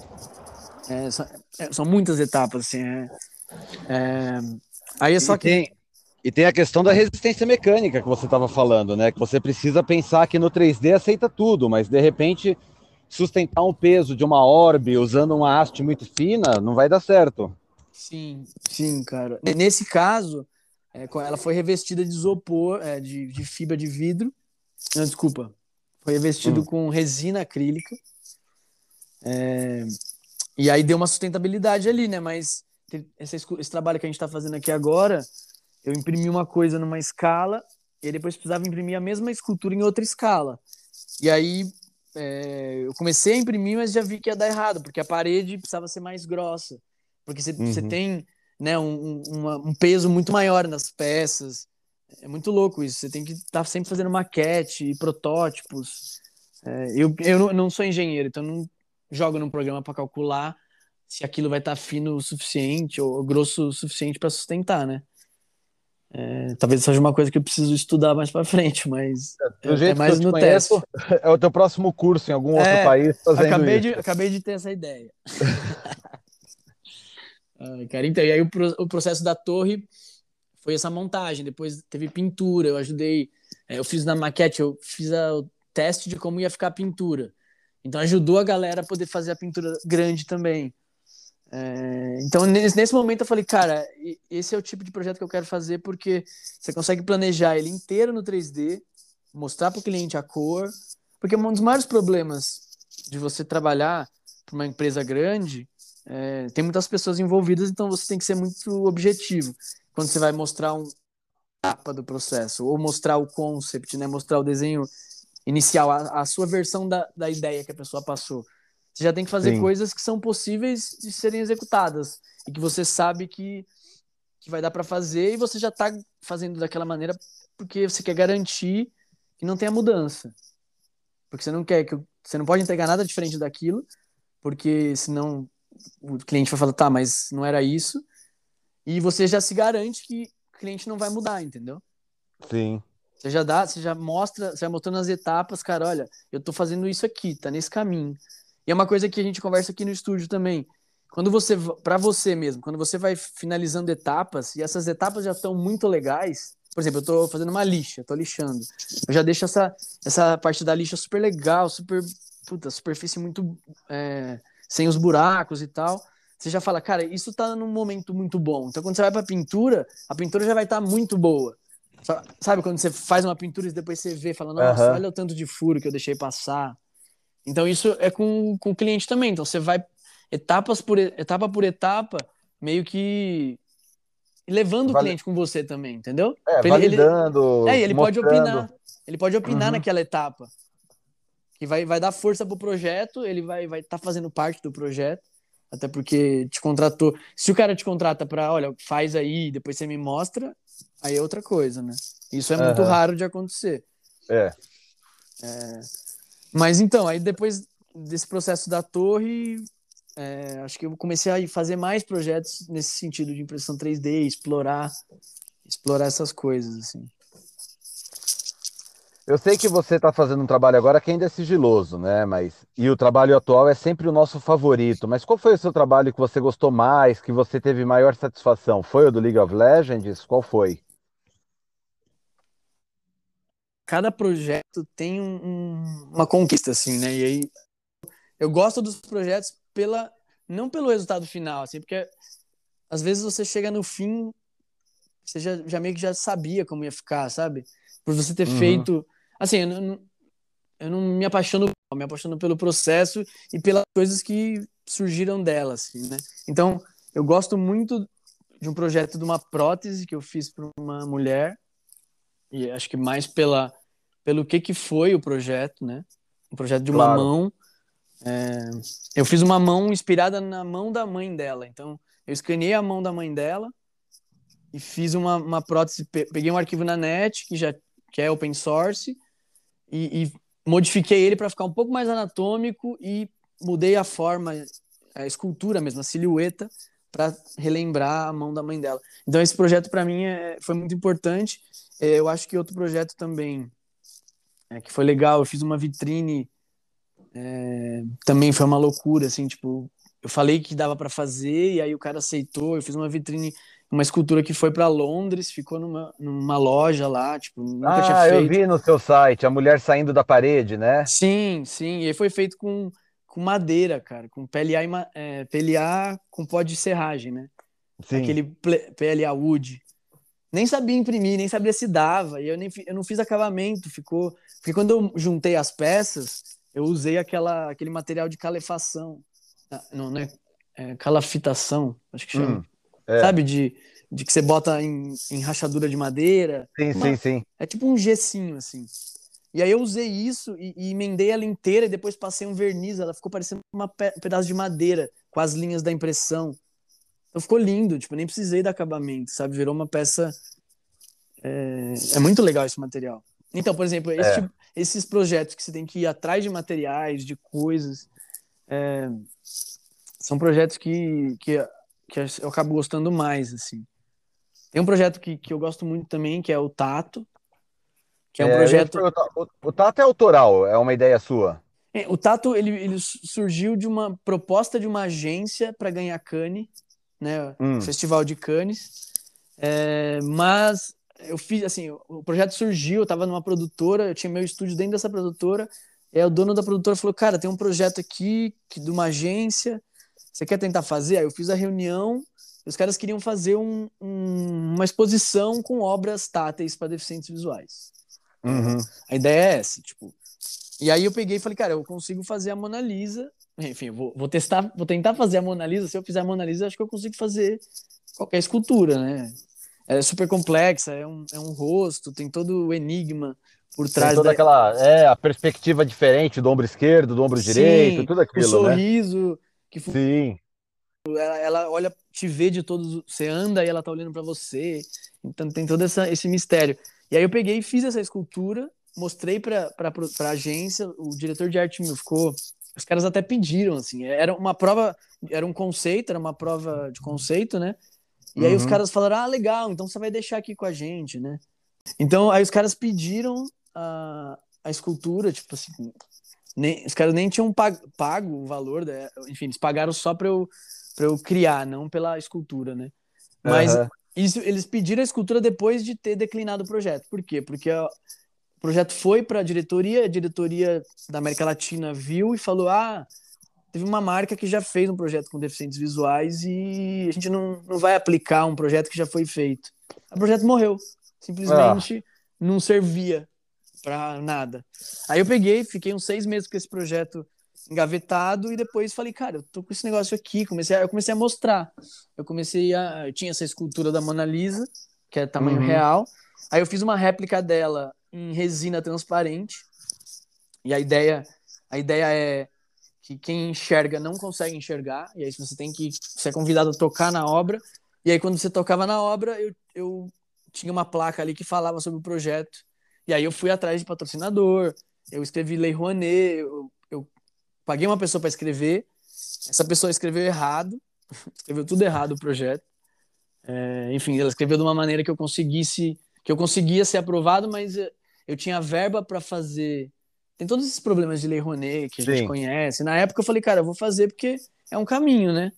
É, são, é, são muitas etapas, assim. É, é, aí é só E que... tem, e tem a questão da resistência mecânica que você estava falando, né? Que você precisa pensar que no três D aceita tudo, mas de repente sustentar um peso de uma orbe usando uma haste muito fina não vai dar certo. Sim, sim, cara. Nesse caso, é, ela foi revestida de isopor, é, de, de fibra de vidro. Não, desculpa. Foi revestido Hum. com resina acrílica. É, e aí deu uma sustentabilidade ali, né? Mas esse, esse trabalho que a gente está fazendo aqui agora, eu imprimi uma coisa numa escala e depois precisava imprimir a mesma escultura em outra escala. E aí é, eu comecei a imprimir, mas já vi que ia dar errado, porque a parede precisava ser mais grossa. Porque você, você Uhum. tem, né, um, uma, um peso muito maior nas peças. é muito louco isso. Você tem que estar sempre fazendo maquete e protótipos. É, eu eu não, não sou engenheiro, então não jogo num programa para calcular se aquilo vai estar fino o suficiente ou grosso o suficiente para sustentar, né? É, talvez seja uma coisa que eu preciso estudar mais para frente, mas Do é, é jeito que eu mais te no conheço, teste. é o teu próximo curso em algum outro É, país fazendo acabei de, isso. acabei de ter essa ideia. Ai, cara, então, e aí o, pro- o processo da torre foi essa montagem, depois teve pintura, eu ajudei, é, eu fiz na maquete, eu fiz a- o teste de como ia ficar a pintura. Então ajudou a galera a poder fazer a pintura grande também. É, então nesse, nesse momento eu falei, cara, e- esse é o tipo de projeto que eu quero fazer porque você consegue planejar ele inteiro no três D, mostrar para o cliente a cor, porque um dos maiores problemas de você trabalhar para uma empresa grande é, tem muitas pessoas envolvidas, então você tem que ser muito objetivo quando você vai mostrar um mapa do processo ou mostrar o concept, né, mostrar o desenho inicial, a, a sua versão da, da ideia que a pessoa passou. Você já tem que fazer Sim, coisas que são possíveis de serem executadas e que você sabe que, que vai dar para fazer e você já está fazendo daquela maneira porque você quer garantir que não tenha mudança. Porque você não quer que você não pode entregar nada diferente daquilo, porque senão o cliente vai falar, tá, mas não era isso. E você já se garante que o cliente não vai mudar, entendeu? sim. Você já dá, você já mostra, você já mostrou nas etapas, cara, olha, eu tô fazendo isso aqui, tá nesse caminho. E é uma coisa que a gente conversa aqui no estúdio também. Quando você, para você mesmo, quando você vai finalizando etapas, e essas etapas já estão muito legais, por exemplo, eu tô fazendo uma lixa, tô lixando. Eu já deixo essa, essa parte da lixa super legal, super, puta, superfície muito, é, sem os buracos e tal. Você já fala, cara, isso tá num momento muito bom. Então, quando você vai pra pintura, a pintura já vai estar tá muito boa. Sabe quando você faz uma pintura e depois você vê e fala, nossa, Aham. olha o tanto de furo que eu deixei passar. Então isso é com, com o cliente também. Então você vai etapas por etapa por etapa, meio que levando o Vale- cliente com você também, entendeu? É, Pra Ele, ele, é, validando, e ele pode mostrando. opinar. Ele pode opinar Uhum. naquela etapa, que vai, vai dar força pro projeto, ele vai vai estar tá fazendo parte do projeto, até porque te contratou. Se o cara te contrata para, olha, faz aí, depois você me mostra, aí é outra coisa, né? Isso é muito Aham. raro de acontecer. É. Mas então, aí depois desse processo da torre, é, acho que eu comecei a fazer mais projetos nesse sentido de impressão três D, explorar, explorar essas coisas, assim. Eu sei que você está fazendo um trabalho agora que ainda é sigiloso, né? Mas e o trabalho atual é sempre o nosso favorito. Mas qual foi o seu trabalho que você gostou mais, que você teve maior satisfação? Foi o do League of Legends? Qual foi? Cada projeto tem um- um- uma conquista, assim, né? E aí eu gosto dos projetos pela, não pelo resultado final, assim, porque às vezes você chega no fim, você já, já meio que já sabia como ia ficar, sabe? Por você ter Uhum. feito. Assim, eu não, eu não me apaixono, eu me apaixono pelo processo e pelas coisas que surgiram dela, assim, né? Então, eu gosto muito de um projeto de uma prótese que eu fiz para uma mulher e acho que mais pela pelo que que foi o projeto, né? Um projeto de uma Claro. mão. Eu fiz uma mão inspirada na mão da mãe dela. Então, eu escaneei a mão da mãe dela e fiz uma, uma prótese. Peguei um arquivo na net que já que é open source e, e modifiquei ele para ficar um pouco mais anatômico e mudei a forma, a escultura mesmo, a silhueta, para relembrar a mão da mãe dela. Então esse projeto para mim é, foi muito importante. É, eu acho que outro projeto também é, que foi legal, eu fiz uma vitrine, é, também foi uma loucura, assim, tipo, eu falei que dava para fazer e aí o cara aceitou. Eu fiz uma vitrine, uma escultura que foi para Londres, ficou numa, numa loja lá, tipo, nunca tinha Ah, eu feito. vi no seu site, a mulher saindo da parede, né? Sim, sim. E aí foi feito com, com madeira, cara, com P L A, e ma- é, P L A com pó de serragem, né? Sim. Aquele ple- P L A wood. Nem sabia imprimir, nem sabia se dava. E eu, nem, fi- eu não fiz acabamento, ficou. Porque quando eu juntei as peças, eu usei aquela, aquele material de calefação. Ah, não, não é, é calafitação, acho que chama. Hum, é. Sabe? De, de que você bota em, em rachadura de madeira. Sim, sim, Uma, sim. é tipo um gessinho, assim. E aí eu usei isso e, e emendei ela inteira e depois passei um verniz. Ela ficou parecendo uma pe- um pedaço de madeira com as linhas da impressão. Então ficou lindo, tipo, nem precisei de acabamento, sabe? Virou uma peça É, é muito legal esse material. Então, por exemplo, esse É, tipo- esses projetos que você tem que ir atrás de materiais, de coisas, é, são projetos que, que, que eu acabo gostando mais, assim. Tem um projeto que, que eu gosto muito também, que é o Tato, que é um é, eu ia te projeto. perguntar, o, o Tato é autoral, é uma ideia sua? É, o Tato, ele, ele surgiu de uma proposta de uma agência para ganhar Cannes, né? O Hum, Festival de Cannes. É, mas eu fiz, assim, o projeto surgiu, eu estava numa produtora, eu tinha meu estúdio dentro dessa produtora, e aí o dono da produtora falou, cara, tem um projeto aqui que, de uma agência, você quer tentar fazer? Aí eu fiz a reunião, e os caras queriam fazer um, um, uma exposição com obras táteis para deficientes visuais. É, uhum. a ideia é essa, tipo. E aí eu peguei e falei, cara, eu consigo fazer a Mona Lisa. Enfim, eu vou, vou testar, vou tentar fazer a Mona Lisa. Se eu fizer a Mona Lisa, acho que eu consigo fazer qualquer escultura, né? É super complexa, é um, é um rosto, tem todo o enigma por Tem trás toda da. aquela, é, a perspectiva diferente do ombro esquerdo, do ombro direito, Sim, tudo o aquilo, né? sorriso, que Sim. ela, ela olha, te vê de todos. Você anda e ela tá olhando para você. Então tem todo essa, esse mistério. E aí eu peguei e fiz essa escultura, mostrei para a agência, o diretor de arte meu ficou. Os caras até pediram, assim, era uma prova, era um conceito, era uma prova de conceito, né? E aí os Uhum. caras falaram, ah, legal, então você vai deixar aqui com a gente, né? Então aí os caras pediram a, a escultura, tipo assim, nem, os caras nem tinham pago, pago o valor, da, enfim, eles pagaram só para eu, para eu criar, não pela escultura, né? Mas Aham. isso, eles pediram a escultura depois de ter declinado o projeto. Por quê? Porque a, o projeto foi para a diretoria, a diretoria da América Latina viu e falou: ah, teve uma marca que já fez um projeto com deficientes visuais e a gente não, não vai aplicar um projeto que já foi feito. O projeto morreu. Ah, Simplesmente não servia para nada. Aí eu peguei, fiquei uns seis meses com esse projeto engavetado e depois falei, cara, eu tô com esse negócio aqui. Comecei a, eu comecei a mostrar. Eu comecei a. Eu tinha essa escultura da Mona Lisa, que é tamanho uhum. real. Aí eu fiz uma réplica dela em resina transparente. E a ideia, a ideia é que quem enxerga não consegue enxergar. E aí você tem que. Você é convidado a tocar na obra. E aí, quando você tocava na obra, eu, eu tinha uma placa ali que falava sobre o projeto. E aí eu fui atrás de patrocinador, eu escrevi Lei Rouanet, eu, eu paguei uma pessoa para escrever, essa pessoa escreveu errado, escreveu tudo errado o projeto. É, enfim, ela escreveu de uma maneira que eu conseguisse, que eu conseguia ser aprovado, mas eu tinha verba para fazer. Tem todos esses problemas de Lei Rouanet que a gente Sim. conhece. Na época eu falei, cara, eu vou fazer porque é um caminho, né?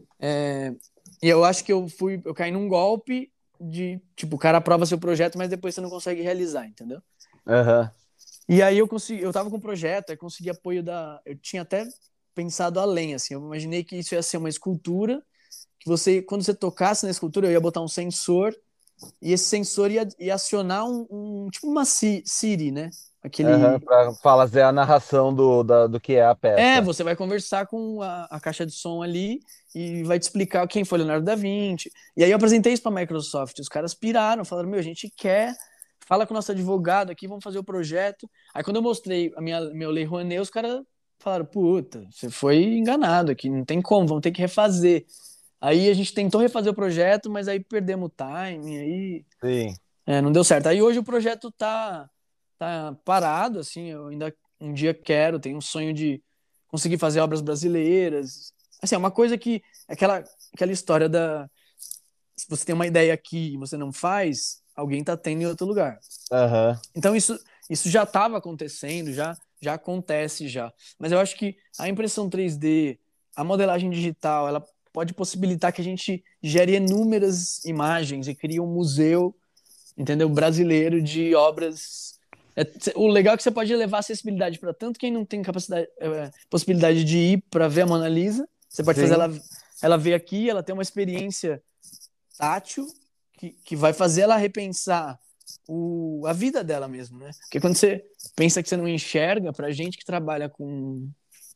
É, e eu acho que eu fui, eu caí num golpe de, tipo, o cara aprova seu projeto, mas depois você não consegue realizar, entendeu? Aham. E aí eu consegui, eu tava com um projeto, aí consegui apoio da, eu tinha até pensado além, assim, eu imaginei que isso ia ser uma escultura, que você, quando você tocasse na escultura, eu ia botar um sensor, e esse sensor ia, ia acionar um, um, tipo uma Siri, né? Aham, Aquele, para fazer a narração do, da- do que é a é, peça. você vai conversar com a, a caixa de som ali e vai te explicar quem foi Leonardo da Vinci. E aí eu apresentei isso para a Microsoft. Os caras piraram, falaram: meu, a gente quer, fala com o nosso advogado aqui, vamos fazer o projeto. Aí quando eu mostrei a minha, meu Lei Rouanet, os caras falaram: puta, você foi enganado aqui, não tem como, vamos ter que refazer. Aí a gente tentou refazer o projeto, mas aí perdemos o time, aí Sim. é, não deu certo. Aí hoje o projeto tá, tá parado, assim, eu ainda um dia quero, tenho um sonho de conseguir fazer obras brasileiras. Assim, é uma coisa que, aquela, aquela história da, se você tem uma ideia aqui e você não faz, alguém tá tendo em outro lugar. Aham. Então isso, isso já estava acontecendo, já, já acontece já. Mas eu acho que a impressão três D, a modelagem digital, ela pode possibilitar que a gente gere inúmeras imagens e crie um museu, entendeu? Brasileiro de obras. É, o legal é que você pode levar acessibilidade para tanto quem não tem capacidade, é, possibilidade de ir para ver a Mona Lisa. Você pode fazer Sim. ela, ela ver aqui, ela ter uma experiência tátil que, que vai fazer ela repensar o, a vida dela mesmo, né? Porque quando você pensa que você não enxerga, pra gente que trabalha com.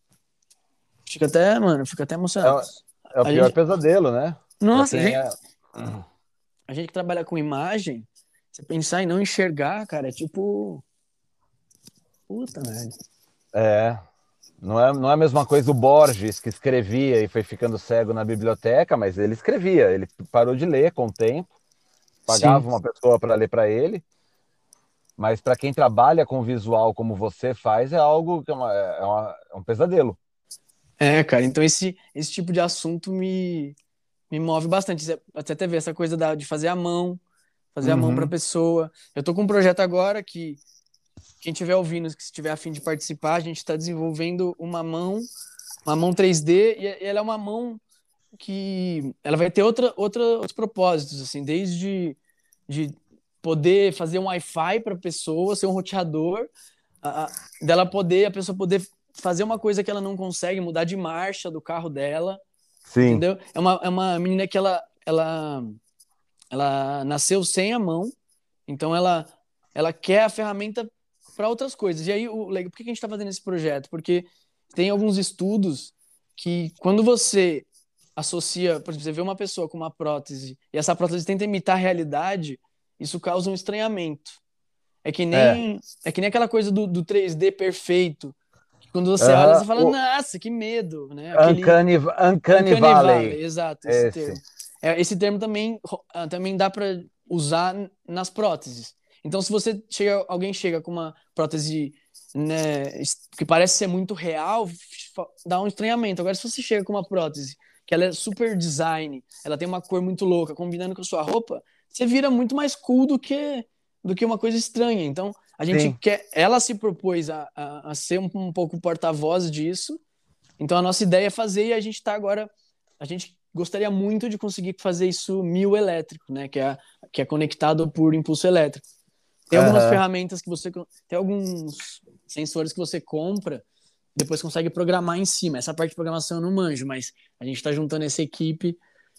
Fica até, mano, fica até É, emocionado. o- é o A pior gente. pesadelo, né? Para Nossa, a quem gente, é. a gente que trabalha com imagem, você pensar em não enxergar, cara, é tipo. Puta merda. É. Não é, não é a mesma coisa o Borges, que escrevia e foi ficando cego na biblioteca, mas ele escrevia, ele parou de ler com o tempo. Sim. pagava uma pessoa para ler para ele, mas para quem trabalha com visual como você faz, é algo que é, uma- é uma- é um pesadelo. É, cara, então esse, esse tipo de assunto me, me move bastante. Você até teve essa coisa da, de fazer a mão, fazer a mão para a Uhum. pessoa. Eu tô com um projeto agora que quem estiver ouvindo, que estiver a fim de participar, a gente está desenvolvendo uma mão, uma mão três D, e ela é uma mão que ela vai ter outra, outra, outros propósitos, assim, desde de poder fazer um Wi-Fi para a pessoa, ser um roteador, a, a, dela poder, a pessoa poder fazer uma coisa que ela não consegue, mudar de marcha do carro dela, Sim, entendeu? É uma, é uma menina que ela, ela, ela nasceu sem a mão, então ela, ela quer a ferramenta para outras coisas. E aí, o, por que a gente está fazendo esse projeto? Porque tem alguns estudos que quando você associa, por exemplo, você vê uma pessoa com uma prótese e essa prótese tenta imitar a realidade, isso causa um estranhamento. É que é. nem, é que nem aquela coisa do, do três D perfeito. Que quando você olha, Aham. você fala, O nossa, que medo, né? Aquele Uncanny, Uncanny Uncanny Valley, Valley, exato, esse esse. termo. É, esse termo também, ah, também dá para usar nas próteses. Então, se você chega, alguém chega com uma prótese, né, que parece ser muito real, dá um estranhamento. Agora, se você chega com uma prótese que ela é super design, ela tem uma cor muito louca, combinando com a sua roupa, você vira muito mais cool do que, do que uma coisa estranha. Então, a gente Sim, quer, ela se propôs a, a, a ser um, um pouco porta-voz disso. Então a nossa ideia é fazer e a gente está agora, a gente gostaria muito de conseguir fazer isso mil elétrico, né? Que é, que é conectado por impulso elétrico. Tem algumas aham. ferramentas que você tem alguns sensores que você compra, depois consegue programar em cima. Essa parte de programação eu não manjo, mas a gente está juntando essa equipe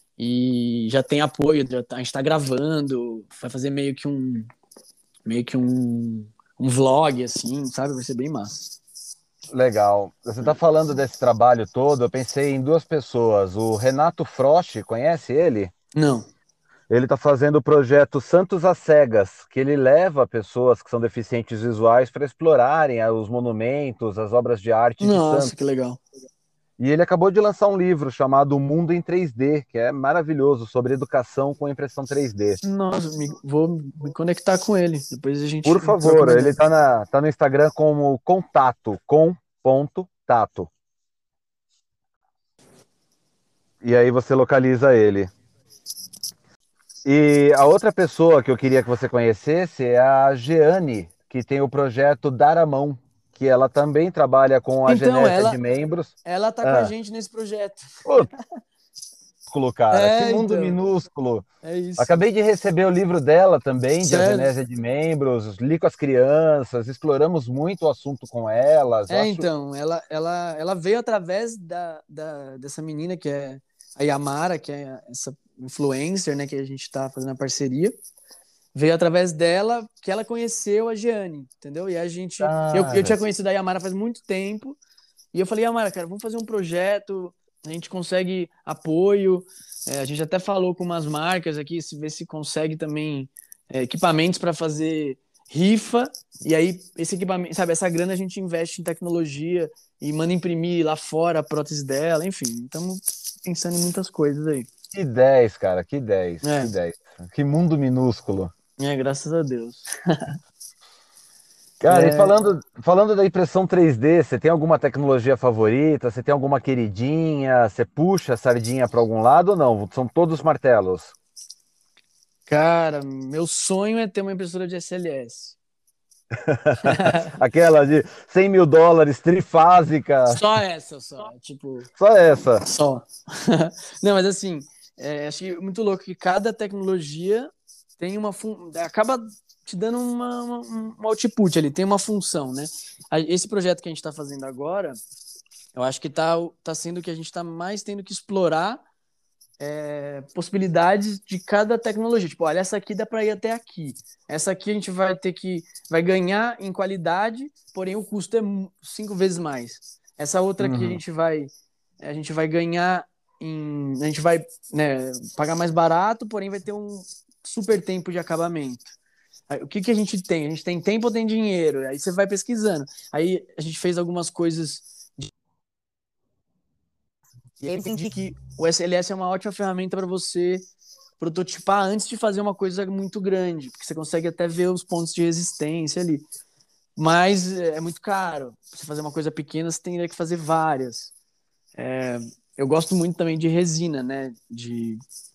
e já tem apoio, já tá, a gente está gravando, vai fazer meio que um meio que um, um vlog assim, sabe? Vai ser bem massa. Legal. Você está falando desse trabalho todo, eu pensei em duas pessoas. O Renato Frosch, conhece ele? Não. Ele está fazendo o projeto Santos às Cegas, que ele leva pessoas que são deficientes visuais para explorarem ah, os monumentos, as obras de arte de Nossa, que Santos. legal. E ele acabou de lançar um livro chamado O Mundo em três D, que é maravilhoso, sobre educação com impressão três D. Nossa, me- vou me conectar com ele. Depois a Por gente troca favor, uma ele ideia. está na, tá no Instagram como contato, com ponto tato. E aí você localiza ele. E a outra pessoa que eu queria que você conhecesse é a Jeane, que tem o projeto Dar a Mão, que ela também trabalha com a Então, genésia de ela, membros. ela tá com a Ah, gente nesse projeto. ô, minúsculo, cara, que É, mundo então, minúsculo. é isso. Acabei de receber o livro dela também, de Sério? Agenésia de Membros, li com as crianças, exploramos muito o assunto com elas. Eu É, acho então, ela, ela, ela veio através da, da, dessa menina que é a Yamara, que é essa influencer, né, que a gente tá fazendo a parceria. Veio através dela que ela conheceu a Jeane, entendeu? E a gente. Eu, eu tinha caras. conhecido a Yamara faz muito tempo. E eu falei, Yamara, cara, vamos fazer um projeto, a gente consegue apoio. É, a gente até falou com umas marcas aqui, se ver se consegue também é, equipamentos para fazer rifa. E aí, esse equipamento, sabe, essa grana a gente investe em tecnologia e manda imprimir lá fora a prótese dela, enfim, estamos pensando em muitas coisas aí. Que dez, cara, que dez, que É, dez. Que mundo minúsculo. é, graças a Deus. Cara, e É, falando, falando da impressão três D, você tem alguma tecnologia favorita? Você tem alguma queridinha? Você puxa a sardinha para algum lado ou não? São todos martelos. cara, meu sonho é ter uma impressora de S L S. Aquela de cem mil dólares, trifásica. Só essa, só. Tipo, Só essa. só. Não, mas assim, é, achei muito louco que cada tecnologia tem uma fun... acaba te dando uma, uma, um output ali, tem uma função, né? A- Esse projeto que a gente está fazendo agora, eu acho que tá, tá sendo o que a gente está mais tendo que explorar é, possibilidades de cada tecnologia. Tipo, olha, essa aqui dá para ir até aqui. Essa aqui a gente vai ter que vai ganhar em qualidade, porém o custo é mu- cinco vezes mais. Essa outra aqui a Uhum. gente vai a gente vai ganhar em a gente vai, né, pagar mais barato, porém vai ter um super tempo de acabamento. Aí, o que que a gente tem? A gente tem tempo ou tem dinheiro? Aí você vai pesquisando. Aí a gente fez algumas coisas e aí eu entendi que o S L S é uma ótima ferramenta para você prototipar antes de fazer uma coisa muito grande, porque você consegue até ver os pontos de resistência ali. Mas é muito caro. Pra você fazer uma coisa pequena, você teria que fazer várias. É, eu gosto muito também de resina, né? De,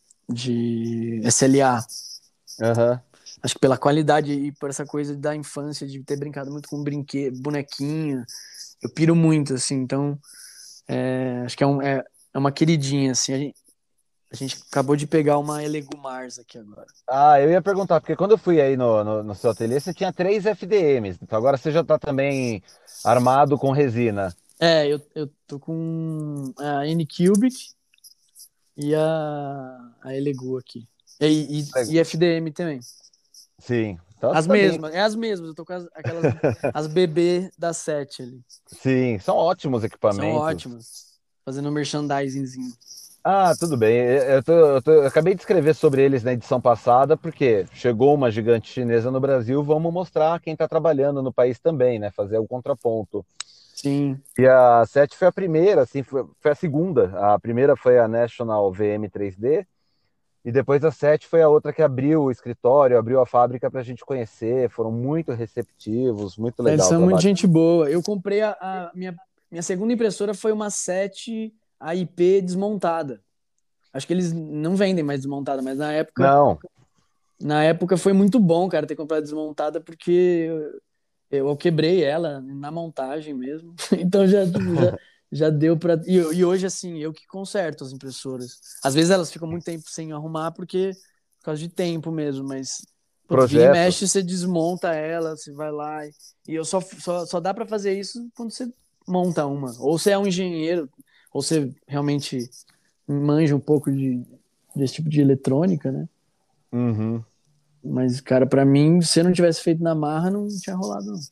de S L A. Aham. Acho que pela qualidade e por essa coisa da infância, de ter brincado muito com brinquedo, bonequinho, eu piro muito, assim. Então, é, acho que é, um, é, é uma queridinha, assim. A gente, a gente acabou de pegar uma Elegumars aqui agora. Ah, eu ia perguntar, porque quando eu fui aí no, no, no seu ateliê, você tinha três F D Ms, então agora você já está também armado com resina. É, eu, eu tô com a N-Cubic e a, a Elegu aqui. E, e, e F D M também. Sim, então você As tá bem. mesmas, é as mesmas. Eu tô com as, aquelas, as bebê da sete ali. Sim, são ótimos São equipamentos. ótimas. Fazendo um merchandisingzinho. Ah, tudo bem. Eu, tô- eu tô- eu acabei de escrever sobre eles na edição passada, porque chegou uma gigante chinesa no Brasil, vamos mostrar quem está trabalhando no país também, né? Fazer o contraponto. Sim. E a sete foi a primeira, assim, foi, foi a segunda. A primeira foi a National V M três D, e depois a sete foi a outra que abriu o escritório, abriu a fábrica para a gente conhecer. Foram muito receptivos, muito Eles legal o são muito trabalho. gente boa. Eu comprei a, a minha, minha segunda impressora foi uma sete A I P desmontada. Acho que eles não vendem mais desmontada, mas na época, Não, na época foi muito bom, cara, ter comprado desmontada porque eu, eu quebrei ela na montagem mesmo. Então já, tipo, já, já deu pra. E, e hoje, assim, eu que conserto as impressoras. Às vezes elas ficam muito tempo sem arrumar porque por causa de tempo mesmo, mas putz, vira e projeto. mexe, você desmonta ela, você vai lá. E, e eu só, só, só dá pra fazer isso quando você monta uma. Ou você é um engenheiro, ou você realmente manja um pouco de, desse tipo de eletrônica, né? Uhum. Mas, cara, pra mim, se eu não tivesse feito na marra, não tinha rolado, não.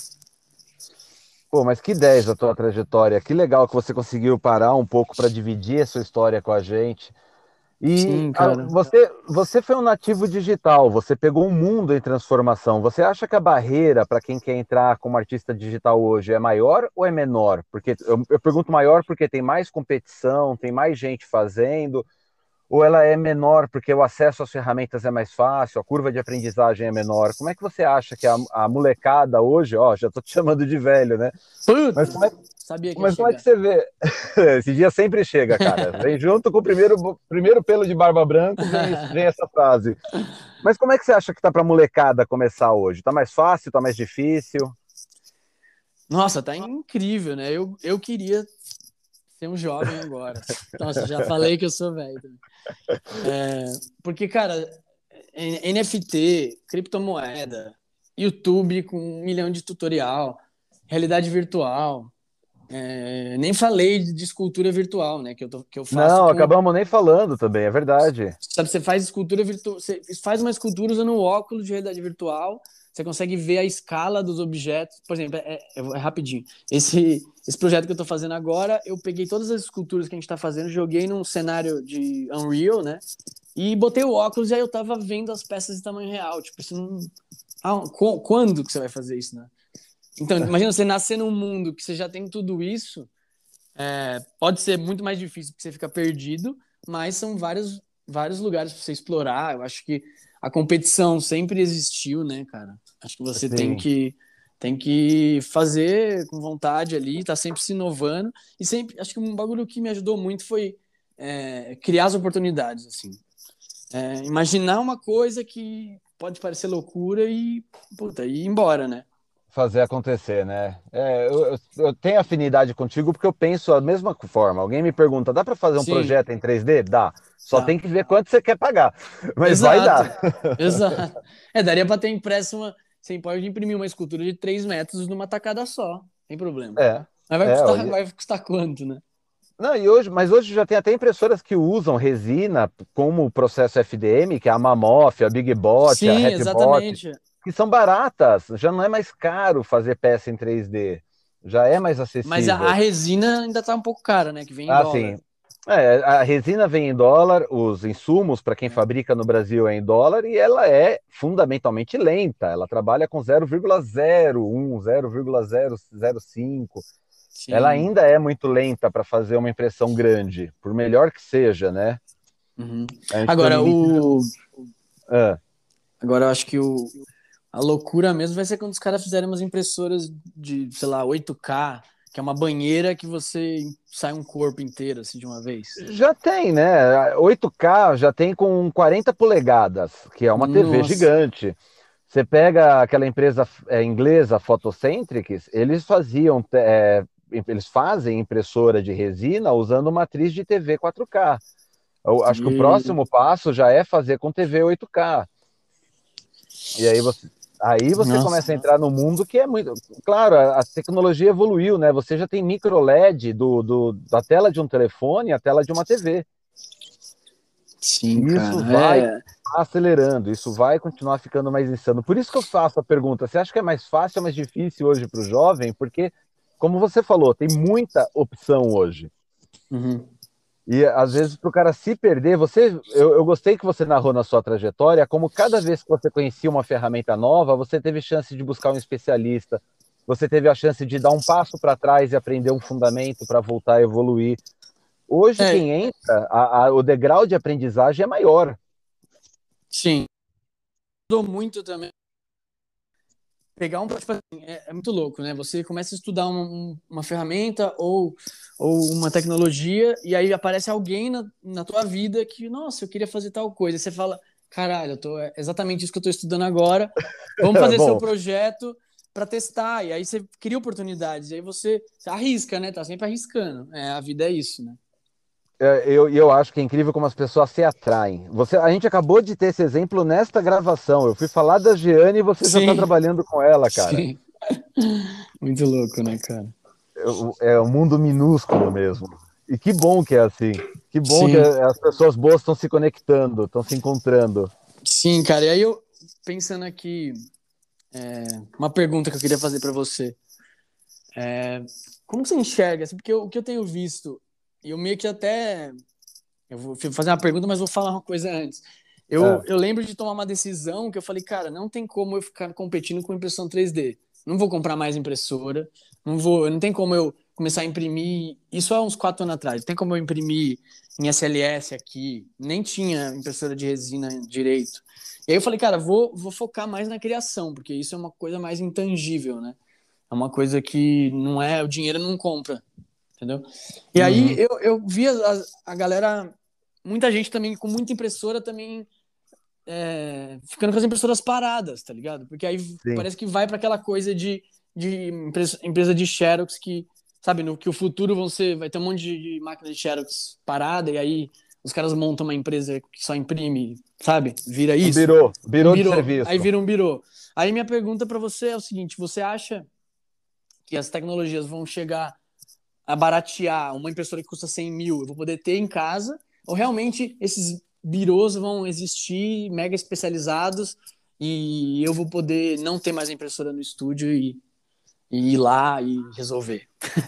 Pô, mas que dez a tua trajetória. Que legal que você conseguiu parar um pouco para dividir a sua história com a gente. E Sim, a- cara. você, você foi um nativo digital, você pegou um mundo em transformação. Você acha que a barreira para quem quer entrar como artista digital hoje é maior ou é menor? Porque eu, eu pergunto maior porque tem mais competição, tem mais gente fazendo, ou ela é menor porque o acesso às ferramentas é mais fácil, a curva de aprendizagem é menor? Como é que você acha que a, a molecada hoje, ó, já tô te chamando de velho, né? Mas como é, Putz, sabia que ia mas como é que chegar. você vê? Esse dia sempre chega, cara. Vem junto com o primeiro, primeiro pelo de barba branco, vem, vem essa frase. Mas como é que você acha que tá pra molecada começar hoje? Tá mais fácil? Tá mais difícil? Nossa, tá incrível, né? Eu, eu queria ser um jovem agora. Nossa, já falei que eu sou velho também. É, porque, cara, N F T, criptomoeda, YouTube com um milhão de tutorial, realidade virtual. É, nem falei de escultura virtual, né? Que eu, tô, que eu faço Não, com. acabamos nem falando também, é verdade. Sabe, você faz escultura virtual, você faz uma escultura usando um óculos de realidade virtual, você consegue ver a escala dos objetos. Por exemplo, é, é, é rapidinho. Esse, esse projeto que eu tô fazendo agora, eu peguei todas as esculturas que a gente tá fazendo, joguei num cenário de Unreal, né? E botei o óculos e aí eu tava vendo as peças em tamanho real. Tipo, isso não. Ah, qu- quando que você vai fazer isso, né? Então, imagina você nascer num mundo que você já tem tudo isso. É, pode ser muito mais difícil porque você fica perdido, mas são vários, vários lugares para você explorar. Eu acho que a competição sempre existiu, né, cara? Acho que você tem Sim. que tem que fazer com vontade ali, tá sempre se inovando e sempre. Acho que um bagulho que me ajudou muito foi é, criar as oportunidades, assim. É, imaginar uma coisa que pode parecer loucura e puta, ir embora, né? Fazer acontecer, né? É, eu, eu- eu tenho afinidade contigo porque eu penso da mesma forma. Alguém me pergunta, dá para fazer um Sim, projeto em três D? Dá. Só tá. tem que ver quanto você quer pagar. Mas vai Exato, dar. exato. É, daria pra ter impresso uma. Você pode imprimir uma escultura de três metros numa tacada só, sem problema. É. Mas vai É, custar, olha. vai custar quanto, né? Não, e hoje, mas hoje já tem até impressoras que usam resina como o processo F D M, que é a Mamoff, a Big Bot, a Sim, Hatbot, exatamente. que são baratas. Já não é mais caro fazer peça em três D. Já é mais Mas a, a acessível. resina ainda tá um pouco cara, né? Que vem em Ah, dólar. sim. É, a resina vem em dólar, os insumos para quem É. fabrica no Brasil é em dólar e ela é fundamentalmente lenta. Ela trabalha com zero vírgula zero um, zero vírgula zero zero cinco. Ela Sim. ainda é muito lenta para fazer uma impressão grande, por melhor que seja, né? Uhum. A gente tem Agora, um limite. o... Ah, Agora eu acho que o... a loucura mesmo vai ser quando os caras fizerem umas impressoras de, sei lá, oito K, que é uma banheira que você sai um corpo inteiro, assim, de uma vez. já tem, né? oito K já tem com quarenta polegadas, que é uma T V Nossa. gigante. Você pega aquela empresa é, inglesa, Photocentrics, eles faziam, é, eles fazem impressora de resina usando matriz de T V quatro K. Eu acho que o E... próximo passo já é fazer com T V oito K. E aí você, aí você Nossa. começa a entrar no mundo que é muito. Claro, a, a tecnologia evoluiu, né? Você já tem micro L E D do, do, da tela de um telefone à tela de uma T V. Sim, E isso cara. vai É. acelerando, isso vai continuar ficando mais insano. Por isso que eu faço a pergunta: você acha que é mais fácil ou mais difícil hoje para o jovem? Porque, como você falou, tem muita opção hoje. Uhum. E às vezes para o cara se perder, você, eu, eu gostei que você narrou na sua trajetória, como cada vez que você conhecia uma ferramenta nova, você teve chance de buscar um especialista, você teve a chance de dar um passo para trás e aprender um fundamento para voltar a evoluir. Hoje, É, quem entra, a, a, o degrau de aprendizagem é maior. sim. Mudou muito também. Pegar um, tipo assim, é, é muito louco, né? Você começa a estudar uma, um- uma ferramenta ou, ou uma tecnologia e aí aparece alguém na, na tua vida que, nossa, eu queria fazer tal coisa. E você fala, caralho, eu tô, é exatamente isso que eu tô estudando agora. Vamos fazer seu Bom, projeto para testar. E aí você cria oportunidades. E aí você, você arrisca, né? Tá sempre arriscando. É, a vida é isso, né? é, eu, eu acho que é incrível como as pessoas se atraem. Você, a gente acabou de ter esse exemplo nesta gravação. Eu fui falar da Giane e você já está Sim, trabalhando com ela, cara. sim. Muito louco, né, cara? É, é um mundo minúsculo mesmo. E que bom que é assim. Que bom que Sim. as pessoas boas estão se conectando, estão se encontrando. Sim, cara. E aí eu, pensando aqui, é, uma pergunta que eu queria fazer para você. Como você enxerga? Assim, porque eu- o que eu tenho visto, e eu meio que até. Eu vou fazer uma pergunta, mas vou falar uma coisa antes. Eu, É, eu lembro de tomar uma decisão que eu falei, cara, não tem como eu ficar competindo com impressão três D. Não vou comprar mais impressora, não vou, não tem como eu começar a imprimir. Isso há uns quatro anos atrás. Não tem como eu imprimir em S L S aqui. Nem tinha impressora de resina direito. E aí eu falei, cara, vou, vou focar mais na criação, porque isso é uma coisa mais intangível, né? É uma coisa que não é, o dinheiro não compra, entendeu? E aí uhum, eu, eu vi a, a galera, muita gente também com muita impressora também é, ficando com as impressoras paradas, tá ligado? Porque aí sim. parece que vai para aquela coisa de, de empresa, empresa de Xerox que, sabe, no que o futuro vão ser, vai ter um monte de, de máquina de Xerox parada e aí os caras montam uma empresa que só imprime, sabe? Vira Um isso, birô, um birô de birô. Aí serviço. vira um birô. Aí minha pergunta para você é o seguinte: você acha que as tecnologias vão chegar a baratear uma impressora que custa cem mil, eu vou poder ter em casa, ou realmente esses birôs vão existir mega especializados e eu vou poder não ter mais a impressora no estúdio e, e ir lá e resolver.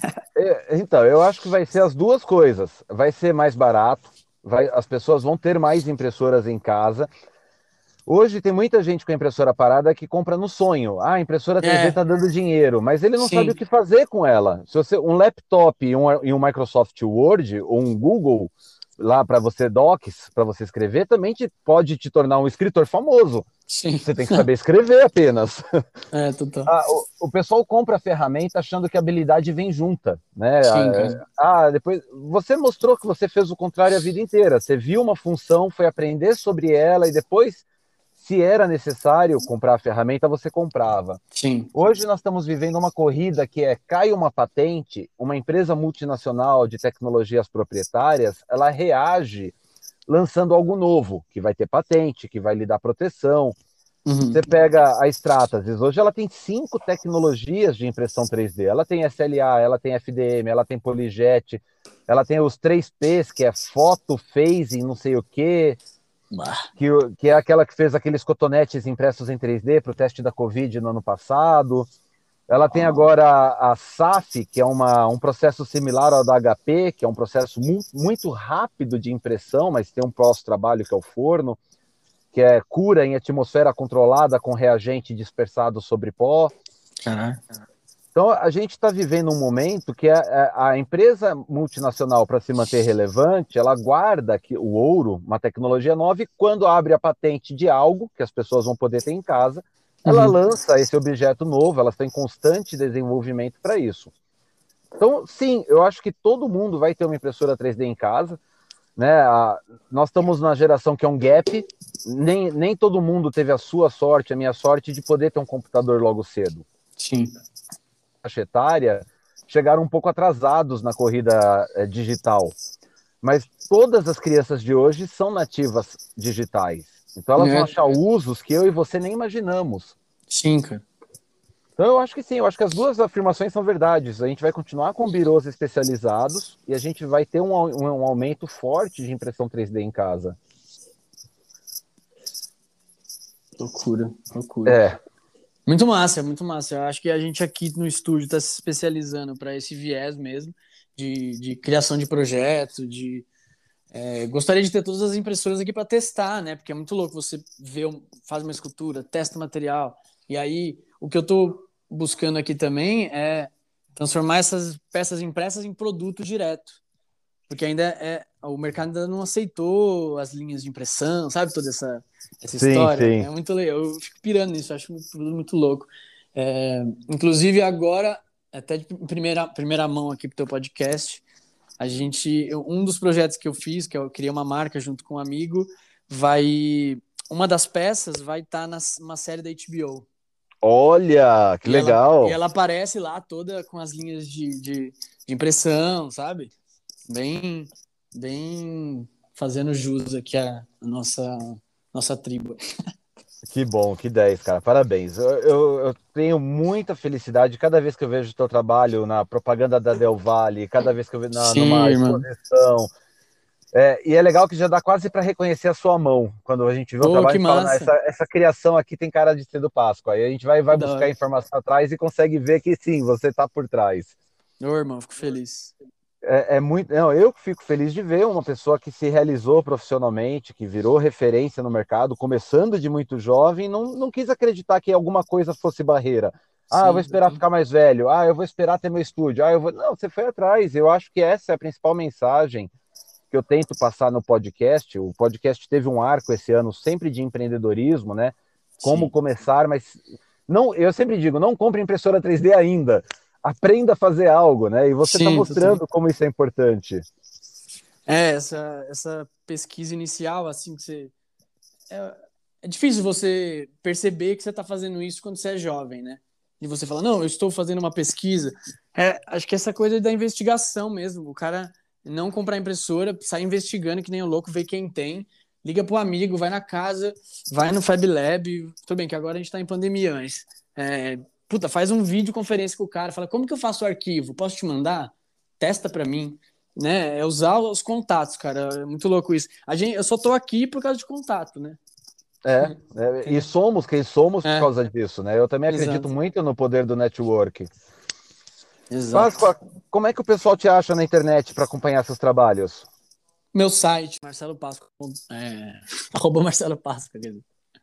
É, então, eu acho que vai ser as duas coisas. Vai ser mais barato, vai, as pessoas vão ter mais impressoras em casa. Hoje tem muita gente com a impressora parada que compra no sonho. Ah, a impressora três D É, está dando dinheiro, mas ele não sabe o sim, que fazer com ela. Se você um laptop e um, e um Microsoft Word ou um Google lá para você Docs, para você escrever, também te, pode te tornar um escritor famoso. sim, Você tem que saber escrever apenas. é, total. Ah, o, o pessoal compra a ferramenta achando que a habilidade vem junta, né? Sim, cara. Ah, depois você mostrou que você fez o contrário a vida inteira. Você viu uma função, foi aprender sobre ela e depois, se era necessário comprar a ferramenta, você comprava. Sim. Hoje nós estamos vivendo uma corrida que é cai uma patente, uma empresa multinacional de tecnologias proprietárias, ela reage lançando algo novo, que vai ter patente, que vai lhe dar proteção. Uhum. Você pega a Stratasys, hoje ela tem cinco tecnologias de impressão três D. Ela tem S L A, ela tem F D M, ela tem PolyJet, ela tem os três Ps, que é foto, phasing, não sei o quê, Bah. que, que é aquela que fez aqueles cotonetes impressos em três D para o teste da Covid no ano passado. Ela tem agora a, a S A F, que é uma, um processo similar ao da H P, que é um processo mu muito rápido de impressão, mas tem um pós-trabalho que é o forno, que é cura em atmosfera controlada com reagente dispersado sobre pó. Caralho. Então, a gente está vivendo um momento que a, a empresa multinacional, para se manter relevante, ela guarda que, o ouro, uma tecnologia nova, e quando abre a patente de algo que as pessoas vão poder ter em casa, ela Uhum. lança esse objeto novo, elas têm constante desenvolvimento para isso. Então, sim, eu acho que todo mundo vai ter uma impressora três D em casa, né? A, nós estamos na geração que é um gap, nem, nem todo mundo teve a sua sorte, a minha sorte, de poder ter um computador logo cedo. Sim. Faixa etária chegaram um pouco atrasados na corrida é, digital, mas todas as crianças de hoje são nativas digitais, então elas vão É. achar usos que eu e você nem imaginamos. Sim, cara. Então eu acho que sim, eu acho que as duas afirmações são verdades. A gente vai continuar com birôs especializados e a gente vai ter um, um, um aumento forte de impressão três D em casa. Loucura, loucura. É. Muito massa, muito massa. Eu acho que a gente aqui no estúdio está se especializando para esse viés mesmo de, de criação de projetos, de é, gostaria de ter todas as impressoras aqui para testar, né? Porque é muito louco você vê, um, faz uma escultura, testa material e aí o que eu estou buscando aqui também é transformar essas peças impressas em produto direto, porque ainda é o mercado ainda não aceitou as linhas de impressão, sabe, toda essa essa Sim, história. sim. É muito legal, eu fico pirando nisso, acho muito, muito louco. É, inclusive agora, até de primeira primeira mão aqui pro teu podcast, a gente, um dos projetos que eu fiz, que eu criei uma marca junto com um amigo, vai, uma das peças vai estar tá numa série da H B O. Olha, que E ela, e legal. ela aparece lá toda com as linhas de, de, de impressão, sabe? Bem, bem fazendo jus aqui à nossa, nossa tribo. Que bom, que dez, cara. Parabéns. Eu, eu, eu tenho muita felicidade cada vez que eu vejo o teu trabalho na propaganda da Del Valle, cada vez que eu vejo na, numa Sim, mano. exposição. É, e é legal que já dá quase para reconhecer a sua mão. Quando a gente vê o Pô, trabalho, a que gente fala, não, massa. essa, essa criação aqui tem cara de ser do Páscoa. Aí a gente vai, Que vai da buscar hora. informação atrás e consegue ver que sim, você está por trás. Ô, irmão, fico feliz. É, é muito. Não, eu fico feliz de ver uma pessoa que se realizou profissionalmente, que virou referência no mercado, começando de muito jovem, não, não quis acreditar que alguma coisa fosse barreira. Ah, eu vou Sim, esperar total. ficar mais velho. Ah, eu vou esperar ter meu estúdio. Ah, eu vou. Não, você foi atrás. Eu acho que essa é a principal mensagem que eu tento passar no podcast. O podcast teve um arco esse ano sempre de empreendedorismo, né? Como Sim. começar, mas não, eu sempre digo, não compre impressora três D ainda. Aprenda a fazer algo, né? E você está Sim, total. mostrando como isso é importante. É, essa, essa pesquisa inicial, assim, que você. É, é difícil você perceber que você está fazendo isso quando você é jovem, né? E você fala, não, eu estou fazendo uma pesquisa. É, acho que essa coisa da investigação mesmo. O cara não comprar impressora, sai investigando que nem o louco, vê quem tem, liga pro amigo, vai na casa, vai no Fab Lab. Tudo bem que agora a gente está em pandemia, mas. É, puta, faz um vídeo conferência com o cara, fala, como que eu faço o arquivo? Posso te mandar? Testa para mim. Né? É usar os contatos, cara. É muito louco isso. A gente, eu só tô aqui por causa de contato, né? É, é, e Entendeu? somos quem somos por É, causa disso, né? Eu também acredito exato. muito no poder do network. Exato. Páscoa, como é que o pessoal te acha na internet para acompanhar seus trabalhos? Meu site, Marcelo Páscoa. É, arroba Marcelo Páscoa, quer dizer.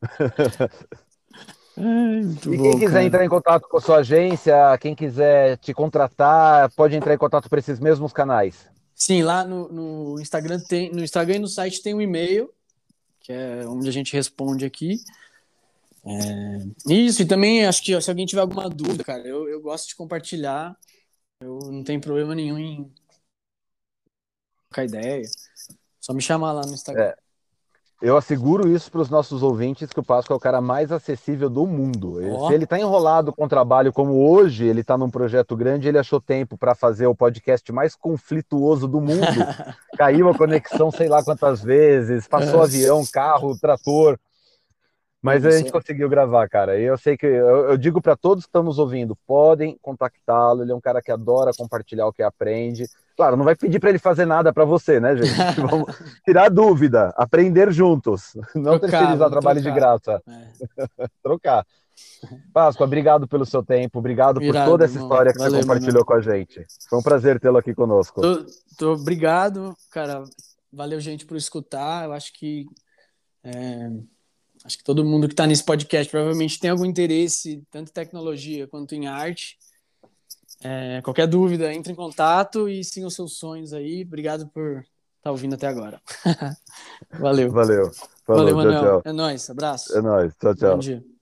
Ai, muito E quem bom, quiser cara. entrar em contato com a sua agência, quem quiser te contratar, pode entrar em contato por esses mesmos canais. Sim, lá no, no Instagram tem, no Instagram e no site tem um e-mail, que é onde a gente responde aqui. Isso, e também acho que se alguém tiver alguma dúvida, cara, eu, eu gosto de compartilhar. Eu não tenho problema nenhum em trocar ideia. Só me chamar lá no Instagram. É, eu asseguro isso para os nossos ouvintes que o Páscoa é o cara mais acessível do mundo. Ele- Ó, se ele está enrolado com o trabalho como hoje, ele está num projeto grande, ele achou tempo para fazer o podcast mais conflituoso do mundo. Caiu a conexão sei lá quantas vezes, passou avião, carro, trator. Mas pô, a isso gente é... conseguiu gravar, cara. E eu sei que eu, eu digo para todos que estão nos ouvindo, podem contactá-lo. Ele é um cara que adora compartilhar o que aprende. Claro, não vai pedir para ele fazer nada para você, né, gente? Vamos tirar dúvida, aprender juntos, não Trocar, terceirizar vamos trabalho de trocar. graça, É. trocar. Páscoa, obrigado pelo seu tempo, obrigado por toda Irado, essa irmão. história que você Valeu, Manuel. compartilhou com a gente. Foi um prazer tê-lo aqui conosco. Tô, tô, obrigado, cara. Valeu, gente, por escutar. Eu acho que é, acho que todo mundo que está nesse podcast provavelmente tem algum interesse, tanto em tecnologia quanto em arte. É, qualquer dúvida, entre em contato e siga os seus sonhos aí. Obrigado por estar ouvindo até agora. Valeu. Valeu. Valeu, Falou, tchau, Manuel. tchau. É nóis. É Abraço. nóis. Tchau, Bom tchau. dia.